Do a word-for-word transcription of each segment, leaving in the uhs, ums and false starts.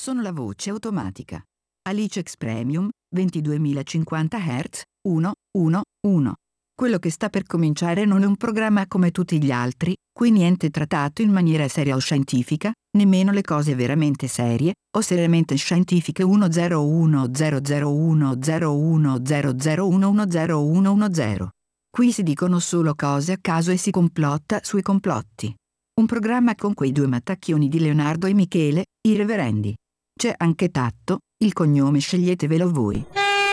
sono la voce automatica. Alicex Premium ventiduemilacinquanta hertz uno uno uno. Quello che sta per cominciare non è un programma come tutti gli altri, qui niente trattato in maniera seria o scientifica, nemmeno le cose veramente serie o seriamente scientifiche uno zero uno zero zero uno zero uno zero zero uno uno zero uno uno zero. Qui si dicono solo cose a caso e si complotta sui complotti. Un programma con quei due mattacchioni di Leonardo e Michele, i reverendi. C'è anche Tatto, il cognome sceglietevelo voi.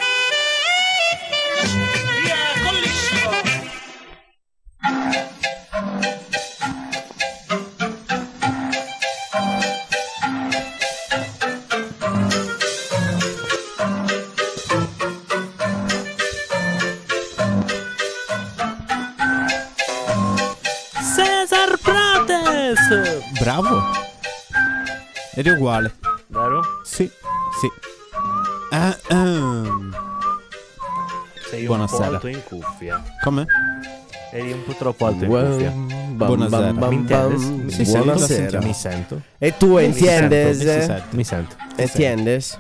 Cesar Prates! Bravo. Eri uguale. Vero? Sì, sì. Ah, ah. Sei Buonasera. un po' alto in cuffia. Come? Eri un po' troppo alto in Bam, cuffia. bam, Buonasera. bam, Mi intendes? bam. Sì, sì, Buonasera. lo Mi sento? E tu Mi entiendes? sento, si sente. Mi sento. Entiendes?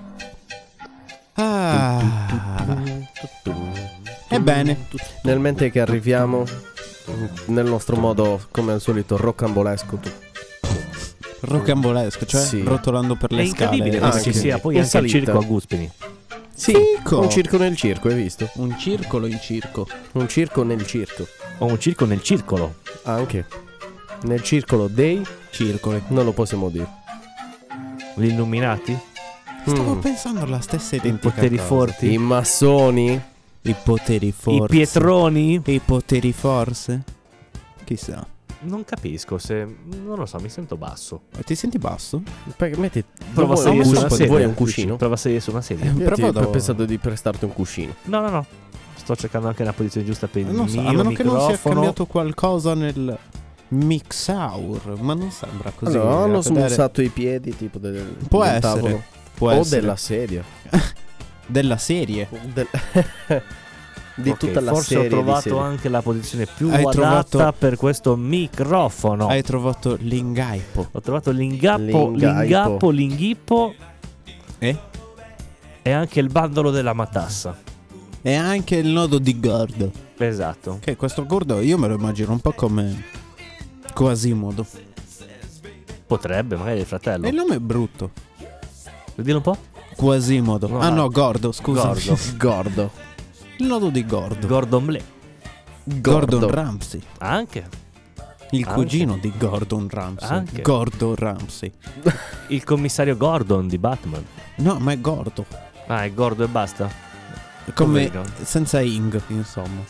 Ah. Ebbene, Nel mentre che arriviamo nel nostro modo, come al solito, roccambolesco. rocambolesco, cioè Sì. rotolando per È le incredibile scale. che Anche. ci sia poi In anche il salita. circo a Guspini. Sì, Fico. un circo nel circo, hai visto? Un circolo in circo. Un circo nel circo. O un circo nel circolo. Anche nel circolo dei Circoli. non lo possiamo dire. Gli illuminati? Stavo Mm. pensando alla stessa I identica poteri cosa. forti? I massoni. I poteri I forse. pietroni? I poteri forse? Chissà. Non capisco se... Non lo so, mi sento basso. Ti senti basso? Perché metti Prova a vuoi, salire un, su una vuoi sedia. un cuscino? Prova a salire su una sedia. Io Però ti- vado- ho pensato di prestarti un cuscino. No, no, no. Sto cercando anche una posizione giusta per il Non so, mio a meno che non sia microfono. cambiato qualcosa nel mixaur, ma non sembra così. Allora, hanno A vedere- smussato i piedi tipo del, Può del essere. tavolo. Può o essere. della sedia. Della serie. Del- di Ok, tutta la forse serie ho trovato di serie. anche la posizione più Hai adatta trovato- per questo microfono. Hai trovato l'ingaipo. Ho trovato l'ingappo, L'ingaipo. l'ingappo, l'inghippo Eh? e anche il bandolo della matassa. E anche il nodo di Gordo. Esatto. Che questo Gordo io me lo immagino un po' come Quasimodo. Potrebbe, magari il fratello. E il nome è brutto. Vuoi dirlo un po'? Quasimodo. No, ah no. no, Gordo, scusa. Gordo. Gordo. Il nodo di Gordo. Gordon Bleu. Gordon Gordo. Ramsay. Anche. Il Anche. cugino di Gordon Ramsay. Anche. Gordon Ramsay. Il commissario Gordon di Batman. No, ma è Gordo. Ah, è Gordo e basta. Come Poverino. senza ing, insomma.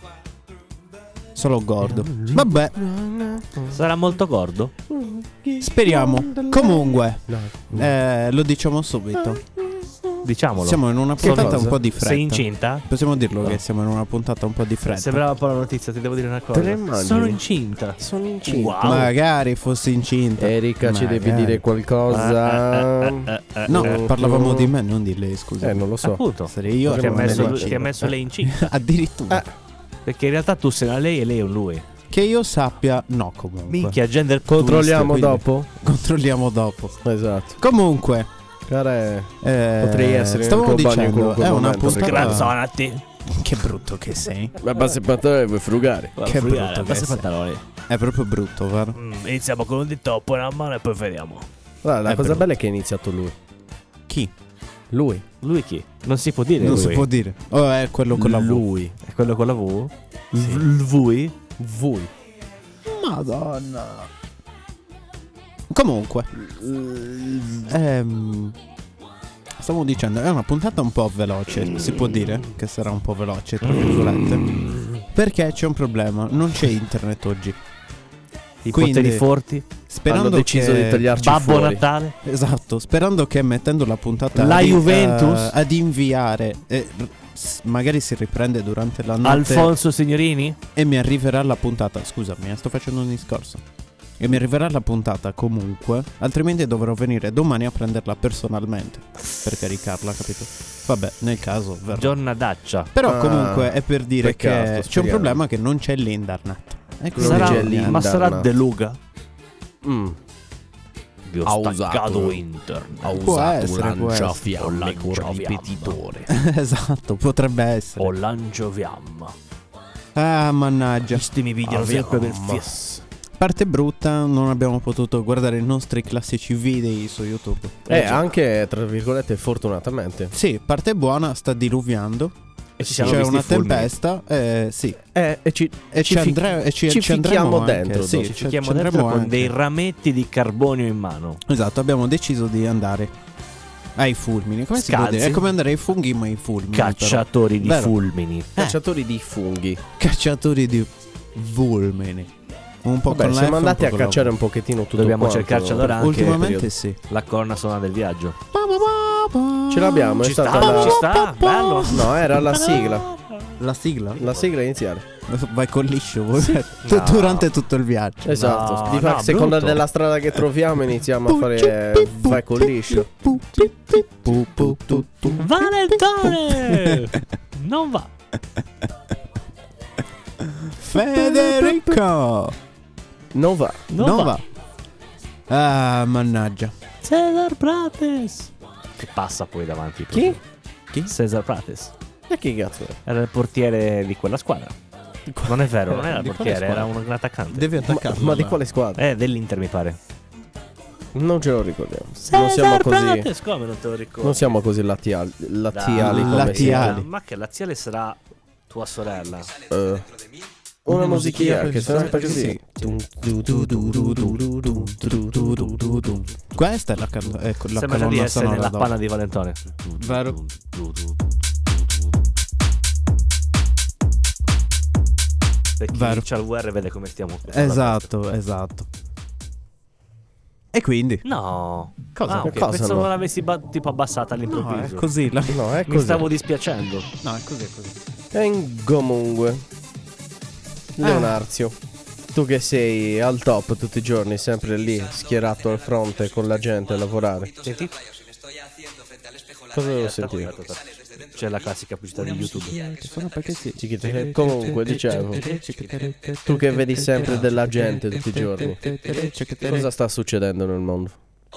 Solo Gordo. Vabbè, Sarà molto gordo? speriamo. Comunque, eh, lo diciamo subito. Diciamolo. Siamo in una puntata Sono- un po' di fretta. Sei incinta? Possiamo dirlo No. che siamo in una puntata un po' di fretta. Sembrava un po' la notizia, ti devo dire una cosa. Te la immagini? Sono incinta. Sono incinta. Wow. Magari fossi incinta. Erika, ci devi Magari. dire qualcosa. Eh, eh, eh, No, eh, parlavamo di me, non di lei, scusa. Eh, non lo so. Appunto. Sarei io Ti ha a messo, rimanere ti ha incinta. messo lei incinta. Addirittura. Eh. Perché in realtà tu sei una lei e lei è un lui. Che io sappia, no, comunque. Minchia, gender Controlliamo twist, quindi- dopo? Controlliamo dopo. Esatto. Comunque, Cara, eh, potrei essere stavo nel tuo bagno in dicendo, qualche è una momento, puntata. Scrazzonati. Che brutto che sei. ma basta il pantalone vuoi frugare. Che brutto che Basta i sei. pantaloni. È proprio brutto, vero? Mm, iniziamo con un dito, poi una mano e poi vediamo. Guarda, la È cosa brutto. bella è che ha iniziato lui. Chi? Lui. Lui chi? Non si può dire Non lui. si può dire. Oh, è quello con la V. Lui. È quello con la V? Sì. Il vui? Voi. Madonna. Comunque, ehm, stavo dicendo, è una puntata un po' veloce. Si può dire che sarà un po' veloce, tra virgolette. Perché c'è un problema, non c'è internet oggi. I Quindi, poteri forti? Sperando Hanno deciso che di tagliarci Babbo fuori. Natale? Esatto, sperando che mettendo la puntata La ad, Juventus? eh, ad inviare eh, r- s- magari si riprende durante la notte Alfonso Signorini? e mi arriverà la puntata. Scusami, eh, sto facendo un discorso. E mi arriverà la puntata comunque, altrimenti dovrò venire domani a prenderla personalmente per caricarla, capito? Vabbè, nel caso, vero. Giornadaccia. Però Ah, comunque è per dire peccato, che c'è un speriamo. problema che non c'è l'internet. Ecco, Non Sarà, c'è bisogna- lì. ma sarà Lindarna. De Luga? Mm. Vi ho Ha staccato usato- internet. Ha Può usato essere, un può essere. lanciafiamme Ho con lanciafiamma. ripetitore. Esatto, potrebbe essere. Ho lanciafiamma. Ah, mannaggia. Questi mi pigliano sempre per fies. Parte brutta, non abbiamo potuto guardare i nostri classici video su YouTube. Eh, anche tra virgolette fortunatamente. Sì, parte buona, sta diluviando. E ci siamo C'è visti una i fulmini. tempesta, eh, sì. Eh, e ci, E ci ci, fi- andre- e ci, ci ci andremo fichiamo anche, dentro, sì, dopo. Ci ci- fichiamo ci dentro andremo con anche. dei rametti di carbonio in mano. Esatto, abbiamo deciso di andare ai fulmini. Come si può Scalzi. dire? È come andare ai funghi, ma ai fulmini. però. Cacciatori di Vero. fulmini. cacciatori di funghi. Cacciatori di fulmini. Un po' Vabbè, con la siamo F, un andati po' a con la cacciare V. un pochettino tutto Dobbiamo quanto. cercarci allora anche Ultimamente sì. la colonna sonora del viaggio. Ce l'abbiamo, è Ci stata sta, la... ci sta, bello. No, era la sigla. La sigla? La sigla iniziale. Vai con liscio voi. No. Durante tutto il viaggio. Esatto. No, Di fa- no, a seconda brutto. della strada che troviamo iniziamo a fare eh, vai con liscio. Valentone! Non va. Federico! Non va. Non, Non va. va. Ah, mannaggia. Cesar Prates. Che passa poi davanti. Chi? Chi? Cesar Prates. E chi cazzo è? Era il portiere di quella squadra. Non è vero, non era il Di quale portiere, era squadra? un attaccante. Devi Ma, attaccarlo. ma di là. quale squadra? Eh, dell'Inter mi pare. Non ce lo ricordiamo. Non siamo Cesar così. Prates, come non te lo ricordi? Non siamo così lattiali, lattiali come Lattiali. siamo. Ma che laziale sarà tua sorella? Eh, una musichia che suona sempre così. Questa è la, can- ecco, la Sembra di colonna essere sonora nella dopo. panna di Valentone. Vero. Per chi Vero. c'ha il V R vede come stiamo. Esatto, esatto. E quindi? No. Cosa? Ah, ok, Cosa pensavo no? l'avessi ba- tipo abbassata No, è all'improvviso. così. La... No, è Mi così. stavo dispiacendo. No, è così, è così. E comunque Leonarzio, tu che sei al top tutti i giorni, sempre lì schierato al fronte con la gente a lavorare. Senti? Cosa devo Aspetta, sentire? aspetta, aspetta. C'è la classica pubblicità di YouTube. Sono perché sì. Chiquita- Comunque dicevo, tu che vedi sempre della gente tutti i giorni, cosa sta succedendo nel mondo?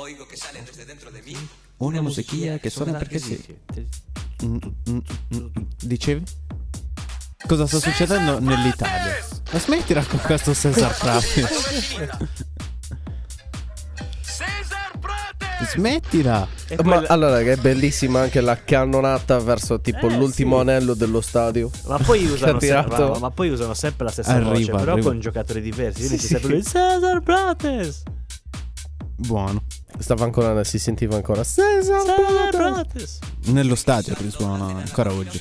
Una musichia che suona perché sì. Mm, mm, mm, Dicevi? Cosa sta succedendo nell'Italia? Ma smettila con questo Cesar Prates. Smettila. E Ma poi- allora che è bellissima anche la cannonata verso tipo Eh, l'ultimo sì. anello dello stadio. Ma poi usano Che ha sempre, tirato- ma, ma poi usano sempre la stessa Arriva, voce, però arriva. con giocatori diversi. Quindi Sì, c'è sempre lui, Cesar Prates. Buono. Stava ancora, si sentiva ancora Cesar Cesar Prates. Prates. Nello stadio risuona ancora oggi.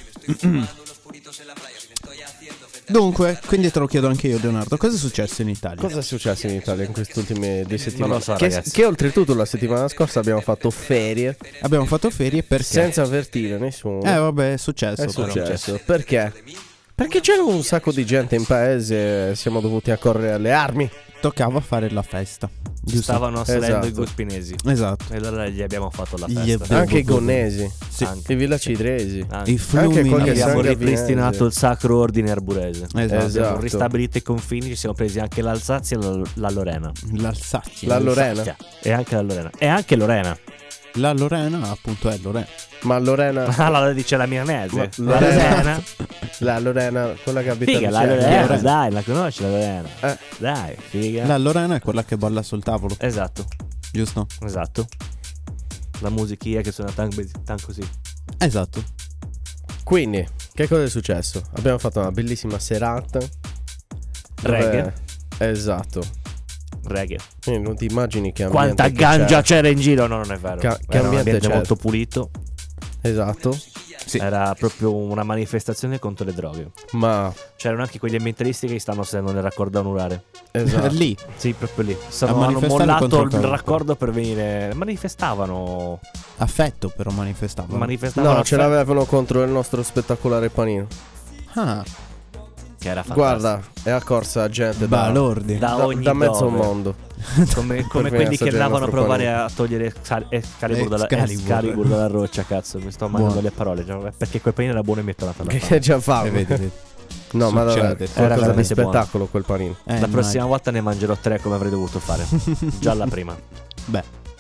Dunque, quindi te lo chiedo anche io, Leonardo. Cosa è successo in Italia? Cosa è successo in Italia in queste ultime due settimane? lo so, che, ragazzi. che oltretutto la settimana scorsa abbiamo fatto ferie Abbiamo fatto ferie perché? senza avvertire nessuno. Eh vabbè, è successo. È però. successo. Perché? Perché c'era un sacco di gente in paese, siamo dovuti accorrere alle armi. Toccava fare la festa. Giusto? Stavano salendo Esatto. i gospinesi. Esatto. E allora gli abbiamo fatto la Gli festa. abbiamo- Anche i gonnesi, Sì. Anche. i villacidresi. Anche. I flumini. qualche Abbiamo sangue ripristinato avinese. il sacro ordine arburese. Esatto. Esatto. Abbiamo ristabilito i confini, ci siamo presi anche l'Alsazia e la, la Lorena. L'Alsazia. La Lorena. E anche la Lorena. E anche Lorena. La Lorena, appunto, è Lorena. Ma Lorena, Ah, la dice la milanese. Ma- La Lorena. Lorena. la Lorena, quella che abita Figa, la vicino. Lorena. Lorena. Dai, la conosci la Lorena? Eh. Dai, figa. La Lorena è quella che balla sul tavolo, Esatto, giusto? esatto. La musichia che suona tan, tan così. Esatto. Quindi, che cosa è successo? Abbiamo fatto una bellissima serata. dove- Reggae. Esatto. Reggae. Quindi non ti immagini che ambiente Quanta che ganja c'era. c'era in giro? No, non è vero. Ca- che Era un ambiente ambiente c'era? molto pulito. Esatto. Sì. Era proprio una manifestazione contro le droghe. Ma C'erano anche quegli ambientalisti che stanno sedendo nel raccordo anulare. esatto. Lì. Sì, proprio lì. Stanno, A hanno manifestare mollato contro il cosa? raccordo per venire. Manifestavano. Affetto però manifestavano. Manifestavano. No, ce affe- l'avevano contro il nostro spettacolare panino. Ah, Che era fantastico. Guarda, è accorsa gente da, balordi. Da da, ogni da mezzo dove. mondo. Come, come Per quelli assaggiare che il andavano a nostro provare panino. a togliere Excal- Excalibur dalla, Excalibur. Excalibur dalla roccia. Cazzo, mi sto mandando Buono. le parole. Cioè, perché quel panino era buono e mi è tornato alla Che fame. già fa. E vedi, vedi. No, ma Succede. davvero, Era qualcosa di veramente buono. spettacolo quel panino. Eh, La prossima immagino. volta ne mangerò tre come avrei dovuto fare. Già la prima. Beh,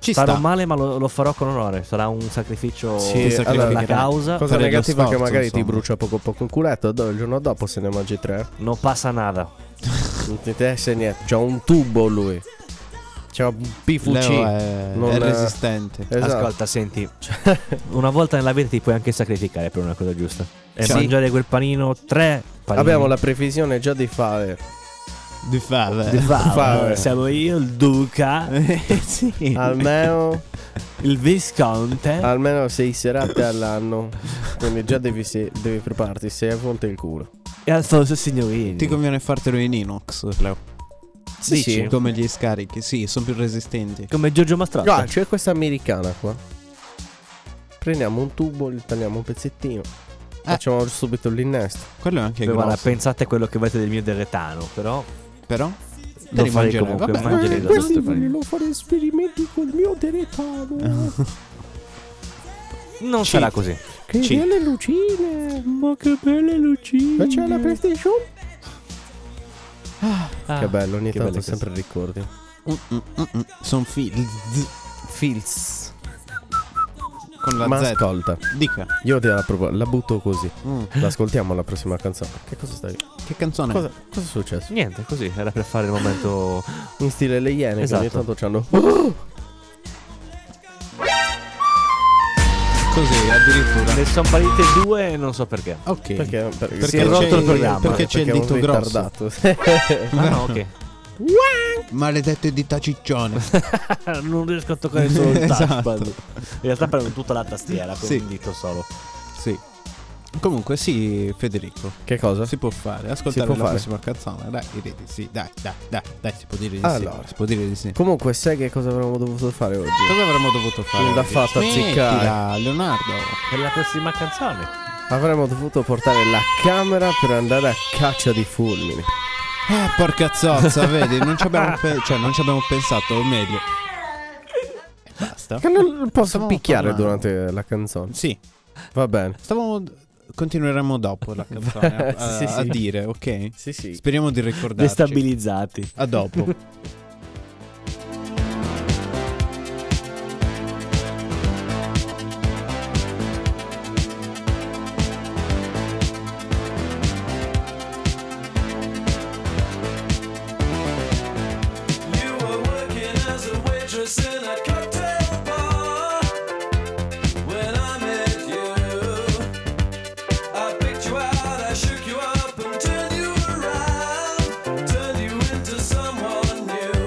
Ci Starò sta. male, ma lo, lo farò con onore. Sarà un sacrificio Sì, per allora, la causa. Cosa Per lo negativa è che sforzo, magari ti insomma. brucia poco poco il culetto, do- il giorno dopo se ne mangi tre. Non passa nada. Non ti interessa niente, c'ha un tubo lui. C'ha un P V C. Leo è, Non è è- resistente. Esatto. Ascolta, senti, una volta nella vita ti puoi anche sacrificare per una cosa giusta. E Sì. mangiare quel panino, tre panini. Abbiamo la previsione già di fare. Di fave. Di fave. Fave. Siamo io, il duca, Sì. Almeno, il visconte. almeno sei serate all'anno. Quindi già devi, se- devi prepararti sei volte il culo. E Alfonso Signorini. Ti conviene fartelo in inox, Leo. Sì, Dici? sì. Come gli scarichi, sì, sono più resistenti. Come Giorgio Mastrotta. Guarda, c'è questa americana qua. Prendiamo un tubo, gli tagliamo un pezzettino. Facciamo subito l'innesto. Quello è anche Beh, guarda, grosso. pensate a quello che volete del mio deretano, però Però lo te li farei mangerai. comunque. Vabbè, mangerei da tutti i panini. fare esperimenti col mio deretano. Non Ci- sarà così. Che Sì. belle lucine. Ma che belle lucine. Ma c'è la PlayStation? Ah, Che bello, ogni che tanto belle sempre ricordi. Mm, mm, mm, mm. Sono fil Filz. con la Ma Z. ascolta, Dica. io te la, provo- la butto così. Mm. L'ascoltiamo la prossima canzone. Che cosa stai? Che canzone? Cosa, cosa è successo? Niente, così, era per fare il momento. In stile Le Iene, Esatto. che ogni tanto c'hanno. Così, addirittura. Ne sono partite due e non so perché. Ok. Perché, perché, Si è rotto c'è il programma. Perché c'è il perché è dito un grosso. ritardato. Ah, no, ok. Maledetto dita ciccione. Non riesco a toccare solo il Esatto. touchpad. In realtà prendo tutta la tastiera con Sì. un dito solo. Sì. Comunque sì, Federico. Che cosa? Si può fare. Ascoltare Si può la fare. prossima canzone. Dai, direi di sì. Dai, dai, dai, dai, si può dire di Allora. sì. Si può dire di sì. Comunque, sai che cosa avremmo dovuto fare oggi? Cosa avremmo dovuto fare? Non l'ha oggi? fatta Smettila, ziccare. Leonardo. Per la prossima canzone. Avremmo dovuto portare la camera per andare a caccia di fulmini. Ah, porca zozza, vedi, non ci abbiamo, pe- cioè, non ci abbiamo pensato, o meglio. E basta. Che non posso Stavamo picchiare parlando. durante la canzone. Sì, Va bene. stavamo continueremo dopo la canzone a, Sì, a sì. dire, ok? Sì, sì. Speriamo di ricordarci. Destabilizzati. A dopo. You were working as a waitress in a cocktail bar. When I met you, I picked you out, I shook you up and turned you around, turned you into someone new.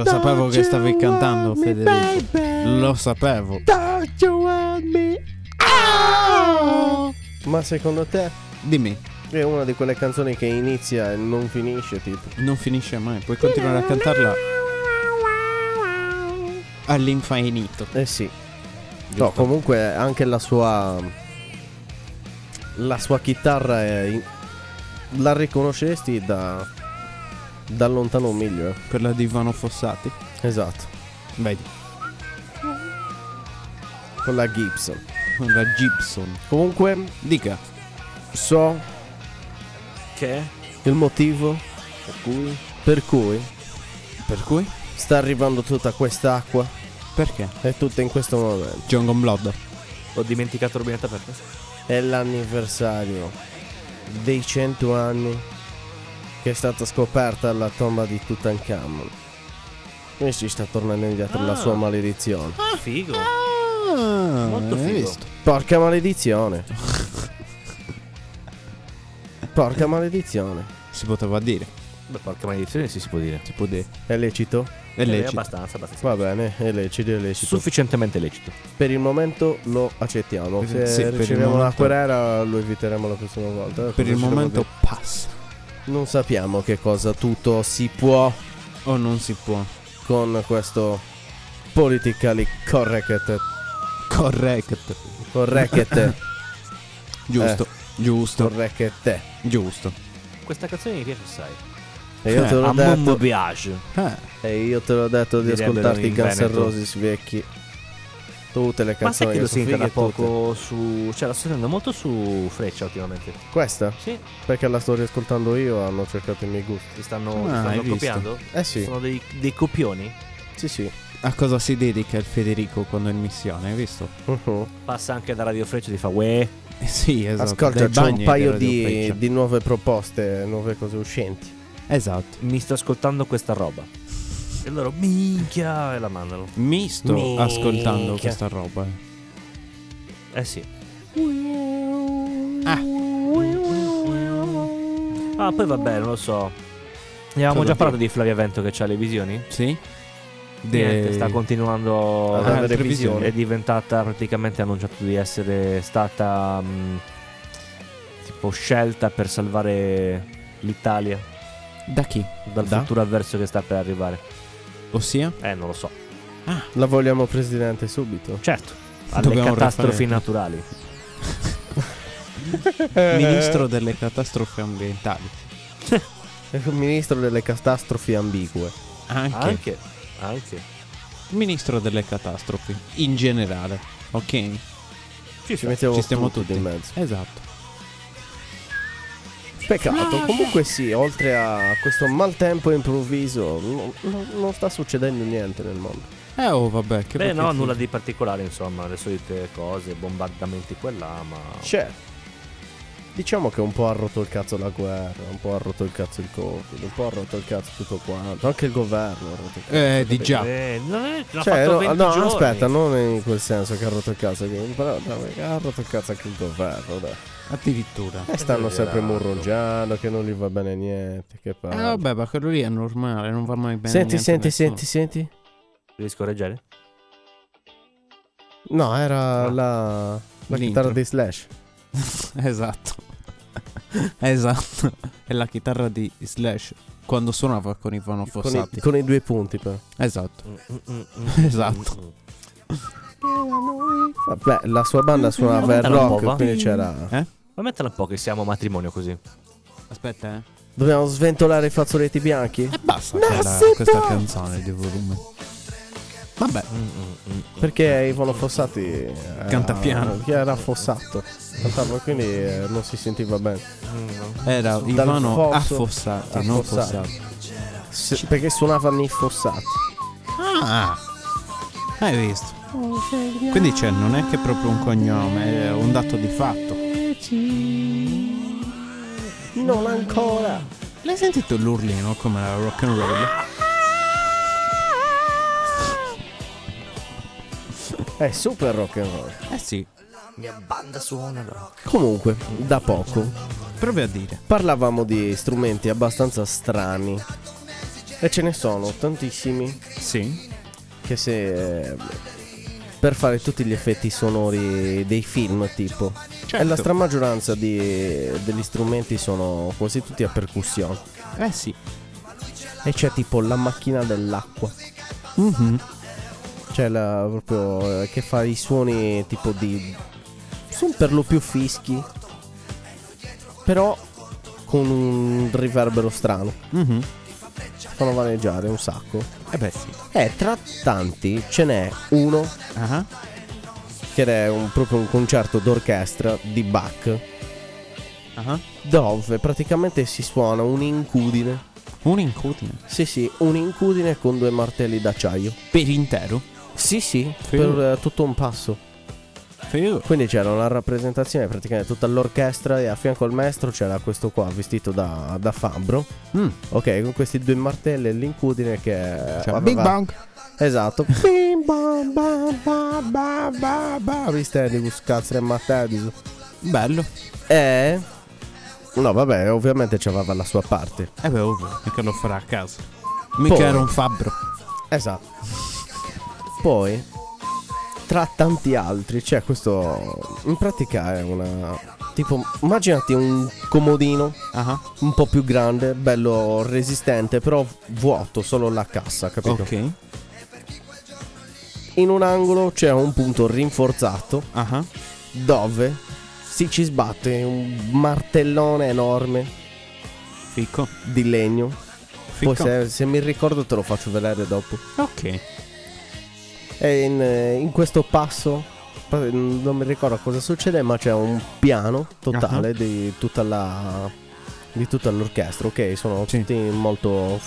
Lo sapevo che stavi cantando, Federico. Lo sapevo. Ma secondo te Dimmi, è una di quelle canzoni che inizia e non finisce, tipo? non finisce mai. Puoi continuare a cantarla all'infinito. Eh sì. No, comunque anche la sua la sua chitarra è in- la riconoscesti da da lontano un miglio, eh. Quella di Ivano Fossati. Esatto. Vedi, Con la Gibson. la Gibson. Comunque Dica. so Che? il motivo Per cui? per cui Per cui? sta arrivando tutta quest'acqua Perché? e tutta in questo momento. John Gone Blood. Ho dimenticato rubinetto aperto. È l'anniversario dei cento anni che è stata scoperta la tomba di Tutankhamon. Quindi ci sta tornando indietro la Ah. sua maledizione. Figo. Ah, Molto hai figo. visto? Porca maledizione. Porca maledizione. Si poteva dire. Beh, porca maledizione, sì, si può dire. Si può dire. È lecito? È Eh, lecito. abbastanza, abbastanza. Va bene, è lecito, è lecito. Sufficientemente lecito. Per il momento lo accettiamo. Se Sì, per il riceviamo una momento- querela lo eviteremo la prossima volta. Per il Cosa ci momento devo passa. dire? Non sappiamo che cosa tutto si può O non si può. con questo politically correct. Correct. Correct. Giusto. Giusto. Correct. Giusto. Questa canzone mi piace assai. E io te l'ho A me mi detto. piace. Eh, E io te l'ho detto di Direbbero ascoltarti i in Guns N' Veneto. Roses vecchi. Tutte le Ma sai canzoni che che lo sono sento da fighe tutte. poco su... Cioè, la sto sentendo molto su Freccia ultimamente. Questa? Sì. Perché la sto riascoltando io, hanno cercato i miei gusti. Ti stanno, Ah, ti hai stanno visto? copiando? Eh sì, Sono dei, dei copioni. sì sì. a cosa si dedica il Federico quando è in missione, hai visto? Uh-huh. Passa anche da Radio Freccia e ti fa uè. Eh sì, esatto. Ascolta, dai c'ho un bagni paio Radio di, Freccia. di nuove proposte, nuove cose uscenti. Esatto. Mi sto ascoltando questa roba. E loro minchia e la mandano. Mi sto Minchia. ascoltando questa roba. Eh sì. Ah. Ah, poi vabbè, non lo so. Ne avevamo Cosa già parlato di Flavia Vento che ha le visioni. Sì? Niente, sta continuando Ad Ah, avere altre visioni. È diventata praticamente, ha annunciato di essere stata mh, tipo scelta per salvare l'Italia Da chi? dal Da? futuro avverso che sta per arrivare. Ossia? Eh, non lo so. La vogliamo presidente subito. Certo, alle Dobbiamo catastrofi referendum. naturali. Ministro delle catastrofi ambientali. È il ministro delle catastrofi ambigue. Anche. Anche, anche. Ministro delle catastrofi. In generale. Ok? Ci mettiamo Ci stiamo tutti tutti in mezzo. Esatto. Peccato, comunque sì, oltre a questo maltempo improvviso, non, non- non sta succedendo niente nel mondo. Eh oh vabbè, che Beh, no, pochettino. nulla di particolare, insomma, le solite cose, bombardamenti qua e là, ma... C'è. Diciamo che un po' ha rotto il cazzo la guerra, un po' ha rotto il cazzo il Covid, un po' ha rotto il cazzo tutto quanto. Anche il governo ha rotto il cazzo. Eh, di già. Eh, non è, l'ha Cioè, fatto no, venti no, giorni. aspetta, non in quel senso che ha rotto il cazzo, che- però dai, ha rotto il cazzo anche il governo, dai. Addirittura. E stanno sempre Esagerato. murroggiando, che non gli va bene niente, che Eh palle. vabbè, ma quello lì è normale, non va mai bene. Senti, niente senti, a nessuno. senti, senti. Devi scorreggiare? No, era Ah. la, la L'intro. chitarra di Slash. Esatto. Esatto. È la chitarra di Slash quando suonava con Ivano Con Fossati. i, con i due punti, però. Esatto. Mm, Esatto. Vabbè, la sua banda suonava il Aumentala un po', rock, va? quindi c'era. Eh? Ma mettila un po' che siamo a matrimonio così. Aspetta, eh. Dobbiamo sventolare i fazzoletti bianchi? E basta No, che era zitto! questa canzone di volume. Vabbè, Perché Ivano Fossati era, Canta piano. che era affossato. Cantava, quindi eh, non si sentiva bene. era Dal Ivano fosso Affossati, non Affossati. Fossati. Se- perché suonava nei fossati. Ah, hai visto? Quindi c'è, non è che è proprio un cognome, è un dato di fatto. Non ancora. L'hai sentito l'urlino come la rock and roll? È super rock and roll. Eh sì, Mia banda suona rock. Comunque, da poco provi a dire. parlavamo di strumenti abbastanza strani E ce ne sono tantissimi Sì. che se per fare tutti gli effetti sonori dei film tipo. Certo. E la stramaggioranza di, degli strumenti sono quasi tutti a percussione. Eh sì. E c'è tipo la macchina dell'acqua. Mhm. Cioè la, proprio eh, che fa i suoni tipo di... sono per lo più fischi, però con un riverbero strano. Mhm. Fanno vaneggiare un sacco. Eh beh sì. E tra tanti ce n'è uno Ah. che è un, proprio un concerto d'orchestra di Bach, Ah. dove praticamente si suona un'incudine. Un'incudine. Sì sì, un'incudine con due martelli d'acciaio. Per intero? Sì sì, Figo. per eh, tutto un passo. Figo. Quindi c'era una rappresentazione praticamente tutta l'orchestra e a fianco al maestro c'era questo qua vestito da, da fabbro. Mm. Ok, con questi due martelli e l'incudine che Cioè, aveva- Big Bang. Esatto. Bim bam bam bam bam bam bam. Viste di buscazzere martelli. Bello. E no, vabbè, ovviamente c'aveva la sua parte. Eh beh, ovvio, mica lo farà a casa. Mica Poi- era un fabbro. Esatto. Poi tra tanti altri c'è questo. In pratica è una. Tipo, immaginati un comodino Ah. un po' più grande, bello resistente, però vuoto, solo la cassa, capito? Ok. In un angolo c'è un punto rinforzato Ah. dove si ci sbatte un martellone enorme Fico. di legno. Fico. Poi se, se mi ricordo te lo faccio vedere dopo. Ok. E in, eh, in questo passo non mi ricordo cosa succede, ma c'è un piano totale Ah. di tutta la di tutta l'orchestra. Ok, sono Sì. tutti molto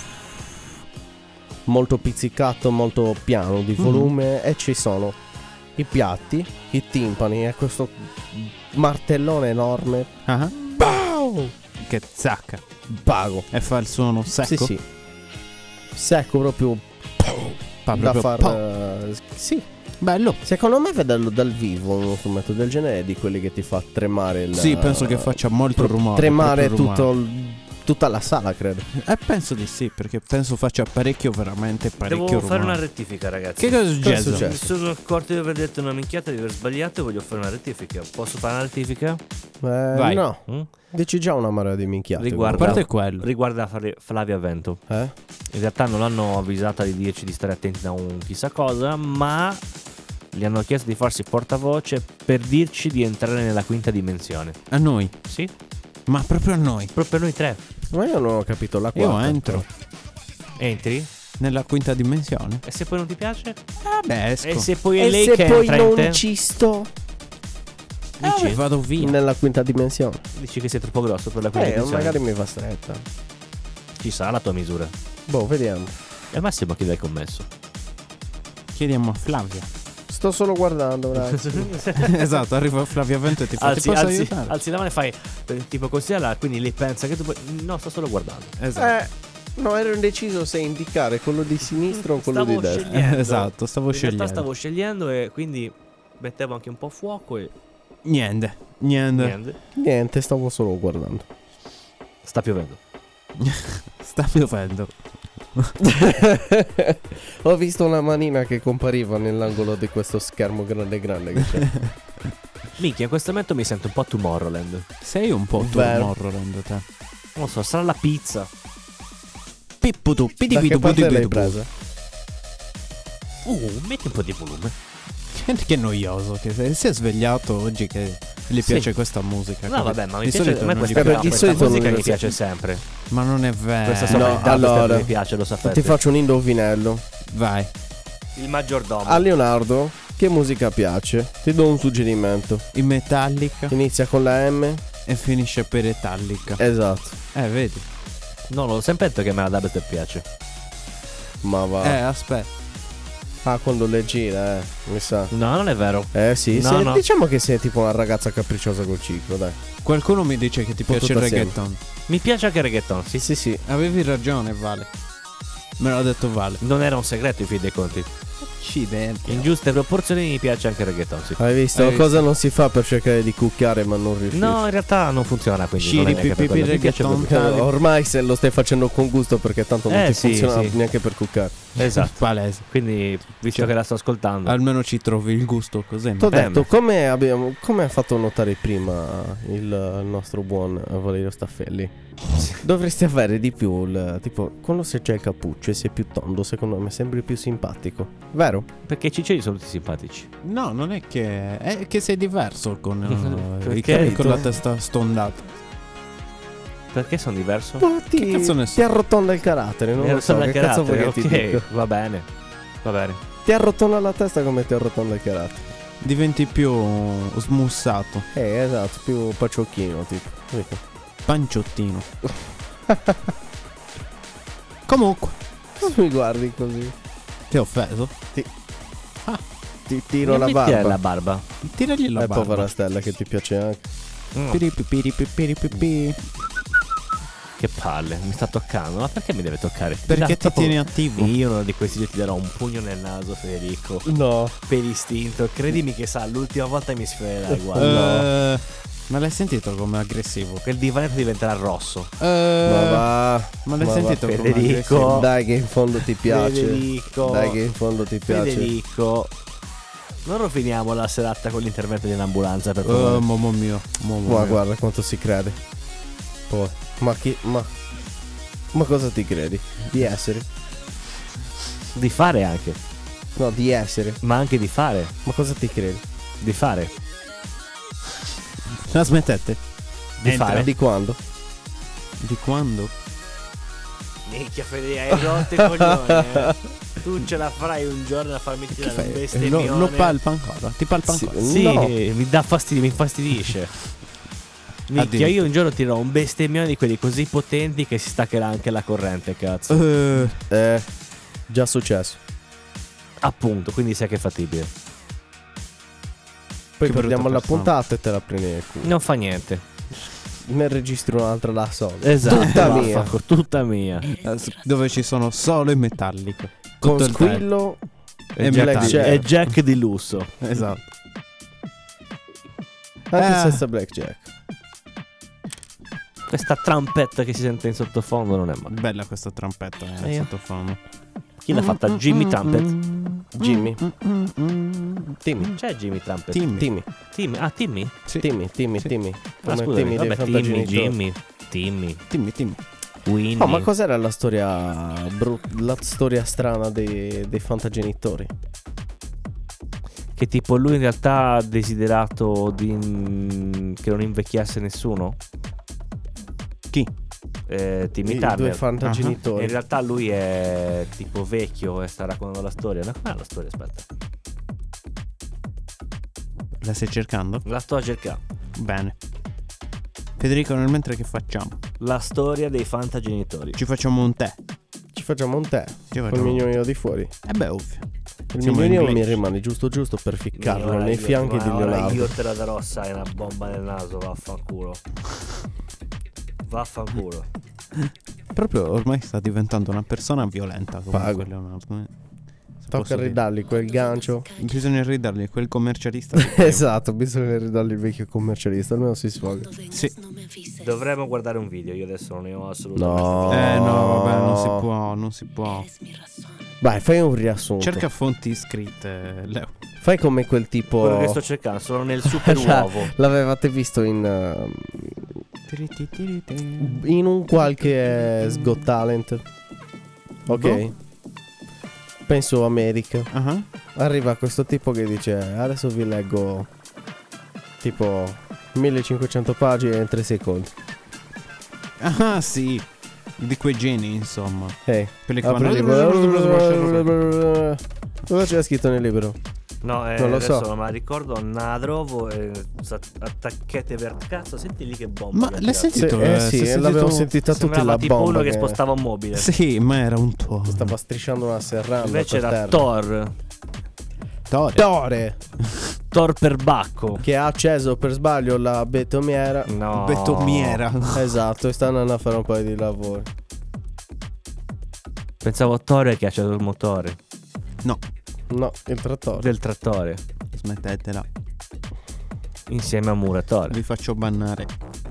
molto pizzicato, molto piano di volume. E ci sono i piatti, i timpani e questo martellone enorme. Ah. Pow! Che zacca. Pago. E fa il suono secco. Sì, sì. Secco proprio Fa da proprio far po'. eh, sì. Bello. Secondo me vederlo dal vivo uno strumento del genere è di quelli che ti fa tremare il Sì, penso che faccia molto pro- rumore. Tremare proprio rumore. tutto il- tutta la sala, credo. Eh, penso di sì, perché penso faccia parecchio, veramente parecchio Devo rumore. fare una rettifica, ragazzi. Che cosa è Cosa è successo? successo? Mi sono accorto di aver detto una minchiata, di aver sbagliato e voglio fare una rettifica. Posso fare una rettifica? Eh, Vai. No, Mm? dici già una marea di minchiate. A Riguarda, parte quello. riguarda Fla- Flavia Vento. Eh? In realtà non l'hanno avvisata di dirci di stare attenti da un chissà cosa, ma gli hanno chiesto di farsi portavoce per dirci di entrare nella quinta dimensione. A noi. Sì? Ma proprio a noi. Proprio noi tre. Ma io non ho capito la Io quarta. entro Entri? nella quinta dimensione. E se poi non ti piace? Vabbè, esco. E se poi è E lei se che poi entra in te? non ci sto Eh, Dici? vado via. nella quinta dimensione. Dici che sei troppo grosso per la quinta Eh, dimensione? magari mi fa stretta. Ci sarà la tua misura. Boh, vediamo. E al massimo chi dai commesso? Chiediamo a Flavia. Sto solo guardando, ragazzi. Esatto, arriva Flavia Vento e ti fa alzi, ti posso alzi, aiutare? alzi la mano e fai eh, tipo considera, quindi lei pensa che tu puoi... No, sto solo guardando. Esatto. Eh, no, ero indeciso se indicare quello di sinistra o quello Stavo di destra. scegliendo. Esatto, stavo In scegliendo. realtà stavo scegliendo e quindi mettevo anche un po' fuoco e Niente, niente. niente. Niente, stavo solo guardando. Sta piovendo. Sta piovendo. Ho visto una manina che compariva nell'angolo di questo schermo grande grande che c'è. Minchia, in questo momento mi sento un po' Tomorrowland. Sei un po' Vero. Tomorrowland te. Non so, sarà la pizza. Pippu tu, pidi Da che pidu parte pidu l'hai pidu. presa? Uh, metti un po' di volume. Che, che noioso che sei. Si è svegliato oggi che gli Sì. piace questa musica. No, capito? vabbè, ma mi Di piace, solito a me non gli questa, piace. no, Di questa solito musica non mi mi piace sempre. Ma non è vero. Questa No, sonorità allora. questa mi piace, lo sapete. Ti faccio un indovinello. Vai. Il maggiordomo. A Leonardo, che musica piace? Ti do un suggerimento. In Metallica Inizia con la M. e finisce per Metallica. Esatto. Eh, vedi. No, l'ho sempre detto che me la Dabet piace. Ma va. Eh, aspetta. Ah, quando le gira, eh. Mi sa. No, non è vero. Eh sì, No, se- no. diciamo che sei tipo una ragazza capricciosa col ciclo, dai. Qualcuno mi dice che ti Po' piace il tutto assieme. reggaeton. Mi piace anche il reggaeton, sì. Sì, sì. Avevi ragione, Vale. Me l'ha detto Vale. Non era un segreto, i fidi dei conti. Accidenti. In giuste proporzioni mi piace anche il reggaeton. Sì. Hai visto? Hai Cosa non si fa per cercare di cuccare ma non riuscire? No, in realtà non funziona, quindi non è Sciri, neanche per pipi, quello. Mi piace reggaeton. proprio. Ormai se lo stai facendo con gusto perché tanto non Eh, ti sì, funziona sì. neanche per cuccare. Esatto. Palese. Quindi, visto Cioè, che la sto ascoltando, Almeno ci trovi il gusto così. T'ho Eh, detto, ma- come, abbiamo, come ha fatto notare prima il, il nostro buon Valerio Staffelli, dovresti avere di più il, tipo, quando se c'è il cappuccio e sei più tondo, secondo me sembri più simpatico. Vero? perché i ciccioli sono tutti simpatici. No, non è che. È che sei diverso con, uh, i Perché? capelli con la testa stondata. Perché sono diverso? Ma ti, Che cazzo ne so? ti arrotonda il carattere, non Mi lo so, arrotonda che il cazzo vuoi carattere, che ti dica? ok, va bene. Va bene. Ti arrotonda la testa come ti arrotonda il carattere. Diventi più smussato. Eh, esatto, più paciocchino, tipo. Capito? Panciottino. Comunque, Non mi guardi così. ti ho offeso? Ti tiro Non la mi tirare barba. la barba. Tiragli la Eh, barba. povera Stella che ti piace anche. Mm, Piripipiripipiripipi. che palle, mi sta toccando. Ma perché mi deve toccare? Perché Mi ti dà tieni proprio- attivo? Io uno di questi giorni ti darò un pugno nel naso, Federico. No. Per istinto. Credimi che sa, l'ultima volta mi sfregerai, guarda. Eh, ma l'hai sentito come aggressivo? Quel divanetto diventerà rosso. Eh, Ma va. ma l'hai ma sentito va, come Federico. aggressivo? Dai che in fondo ti piace. Federico. Dai che in fondo ti piace. Federico. Non roviniamo la serata con l'intervento di un'ambulanza, per Eh, favore. mamma mia, mamma Ma mia. guarda quanto si crede. Poi. Ma chi. Ma. Ma cosa ti credi? Di essere? Di fare anche. No, di essere. Ma anche di fare. Ma cosa ti credi? Di fare. La smettete? Di Entra. fare. Di quando? Di quando? Minchia Fede, hai rotto i coglioni, eh. Tu ce la farai un giorno a farmi tirare un Lo, bestemmione. lo palpa ancora? Ti palpa Sì. ancora? Sì, No. mi dà fastidio, mi infastidisce. Minchia, Addirittura. io un giorno tirerò un bestemmione di quelli così potenti che si staccherà anche la corrente, cazzo. Eh, Eh. Già successo. Appunto, quindi sai che è fattibile. Poi Che perdiamo brutta la persona. puntata e te la prendi nel culo. Non fa niente. Ne registri un'altra là sola. Esatto. Tutta mia. vaffanculo, tutta mia. dove ci sono solo i metallico. Con Tutto il squillo E e Jack- blackjack. È Jack di lusso. tempo. Esatto. Anche Eh. senza blackjack. Questa trampetta che si sente in sottofondo non è male. Bella questa trompetta E eh, io? sottofondo. Chi l'ha fatta? Jimmy Trumpet. Jimmy. Timmy. C'è Jimmy Trumpet. Timmy. Timmy. Timmy. Ah, Timmy? Sì. Timmy. Timmy. Sì. Timmy. Ah, Come scusami. Timmy dei Vabbè, Timmy, fantagenitori. Jimmy, Timmy, Timmy, Timmy. Winnie. Oh, ma cos'era la storia brut- la storia strana dei, dei fantagenitori? Che tipo lui in realtà ha desiderato di... che non invecchiasse nessuno? Chi? Eh, Timmy I due Turner. fantagenitori. In realtà lui è tipo vecchio e sta raccontando la storia. No, com'è la storia? Aspetta. La stai cercando? La sto a cercare. Bene. Federico, nel mentre che facciamo? La storia dei fantagenitori. Ci facciamo un tè. Ci facciamo un tè Ci col facciamo... mignolino di fuori. Eh beh, ovvio. Il Siamo mignolino inglesi. mi rimane giusto giusto per ficcarlo Ora nei io- fianchi ma di ora Leonardo. Io te la darò, sai, una bomba nel naso, vaffanculo. Vaffanculo. Proprio ormai sta diventando una persona violenta. Comunque, Pago. Leonardo. eh. Se Tocca posso dire. ridargli quel gancio. Bisogna ridargli quel commercialista. che- Esatto, bisogna ridargli il vecchio commercialista, almeno si sfoga. Sì. Dovremmo guardare un video, io adesso non ne ho assolutamente. No. Eh no, vabbè, non si può, non si può. Vai, fai un riassunto. Cerca fonti scritte, Leo. Fai come quel tipo. Quello che sto cercando, sono nel super uovo. L'avevate visto in uh, in un qualche uh, Got Talent. Ok. Boh. Penso America. Ah, Arriva questo tipo che dice: adesso vi leggo tipo millecinquecento pagine in tre secondi. ah, sì. Di quei geni, insomma. Ehi, Quelli che apri il vanno. libro. Cosa c'è scritto nel libro? No, eh, Non lo adesso so. non me la ricordo. Nadrovo e attacchete per cazzo. Senti lì che bomba. Ma che ha l'hai tirato. sentito? Sì, eh eh, sì, si è sentito- l'avevo sentita tutti Sembrava la tipo bomba uno che che spostava un mobile. Sì, ma era un tuo. stava strisciando una serranda Invece per era terra. Thor. Tore. Tore Thor per bacco. che ha acceso per sbaglio la betomiera. No. Betomiera. Esatto, e sta andando a fare un paio di lavori. Pensavo a Thor che ha acceso il motore. No. No, il trattore. del trattore Smettetela. insieme a un muratore. Vi faccio bannare.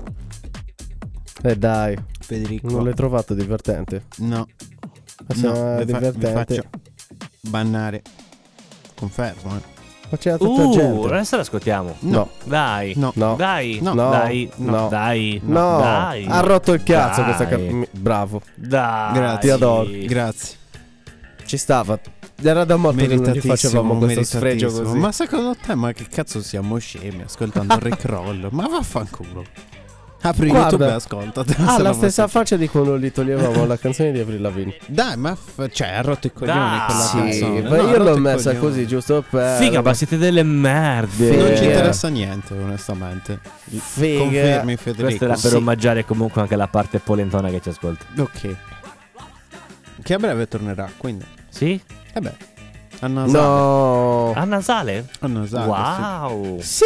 Eh dai, Federico. non l'hai trovato divertente? No. Ma se No, è vi, fa- vi divertente. faccio bannare. Confermo, eh. Ma c'era tutta Uh, gente. adesso l'ascoltiamo. No, Dai. No. no, Dai. No. Dai. No. Dai. no. Dai. Ha rotto il cazzo Dai. questa ca- Bravo. Dai. Grazie. Ti adoro. Grazie. Ci stava. Era da molto che non gli Meritatissimo, facevamo questo sfregio meritatissimo. così. Ma secondo te, ma che cazzo siamo scemi ascoltando il Rickroll? Ma vaffanculo. Apri Guarda. YouTube e ascoltate. Ha Se la no stessa va- faccia di quando gli toglievamo la canzone di Avril Lavigne. Dai, ma f- cioè, ha rotto i coglioni Dai. quella Sì, canzone. ma No, ha io rotto l'ho i messa coglioni. così giusto per Figa, ma siete delle merde. Non ci Figa. interessa niente, onestamente. Figa. Confermi, Questo Federico. era per Sì. omaggiare comunque anche la parte polentona che ci ascolta. Ok. Che a breve tornerà, quindi. Sì? Eh beh. A nasale. No. A nasale? A nasale, Wow. Sì.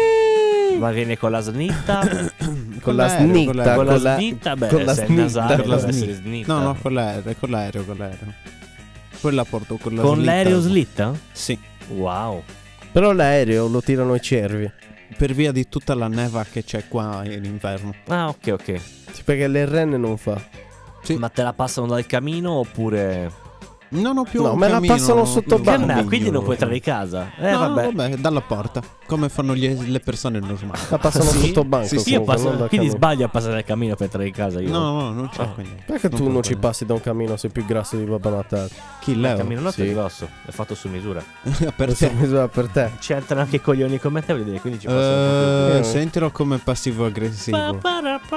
Ma viene con la snitta? sì. Con la l'aereo, snitta, con l'aereo. con la con la- snitta? Beh, con la se è snitta, nasale con la deve essere snitta. snitta. No, no, con l'aereo, con l'aereo, con l'aereo. Quella porto con la Con slitta. l'aereo slitta? Sì. Wow. Però l'aereo lo tirano i cervi. Per via di tutta la neva che c'è qua in inverno. Ah, ok, ok. Sì, perché l'R N non fa. Sì. Ma te la passano dal camino oppure... Non ho più No, un me la camino, passano sotto un banco. Che camino. me- quindi non puoi entrare in casa. Eh, No, vabbè. vabbè, dalla porta. Come fanno gli- le persone normali. La passano Sì? sotto banco. Sì, sì, Io comunque, passo, non dal quindi camino. sbaglio a passare dal camino per entrare in casa io. No, no, non c'è Ah. quindi. Perché tu non ci puoi. passi da un camino, sei più grasso di Babbo Natale? Chi Il Leo? camino nostro Sì. è grosso, è fatto su misura. Per Questa te. misura per te. Ci entrano anche i coglioni come te, voglio dire, quindi ci passano Eh, Eh. sentilo come passivo aggressivo. un po' più.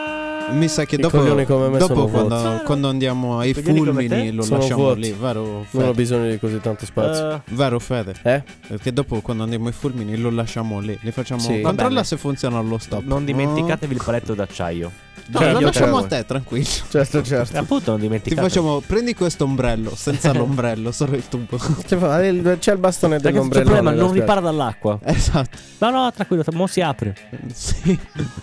Mi sa che I dopo, coglioni come me dopo sono quando, vuoti. quando andiamo ai I coglioni come fulmini te lo sono lasciamo vuoti. lì, vero Non ho Fede? bisogno di così tanto spazio. Eh, Vero Fede? Eh? Perché dopo quando andiamo ai fulmini lo lasciamo lì, li facciamo Sì. Va controlla bene. se funziona lo stop. non dimenticatevi il paletto d'acciaio. No, Certo, lo lasciamo certo. a te, tranquillo. Certo, certo. Ti Appunto, non dimenticate. facciamo, prendi questo ombrello, senza l'ombrello, solo il tubo. C'è, fa- il- c'è il bastone Ragazzi, c'è il dell'ombrellone. problema, non aspetta. ripara dall'acqua. Esatto. No, no, tranquillo, mo si apre. Sì.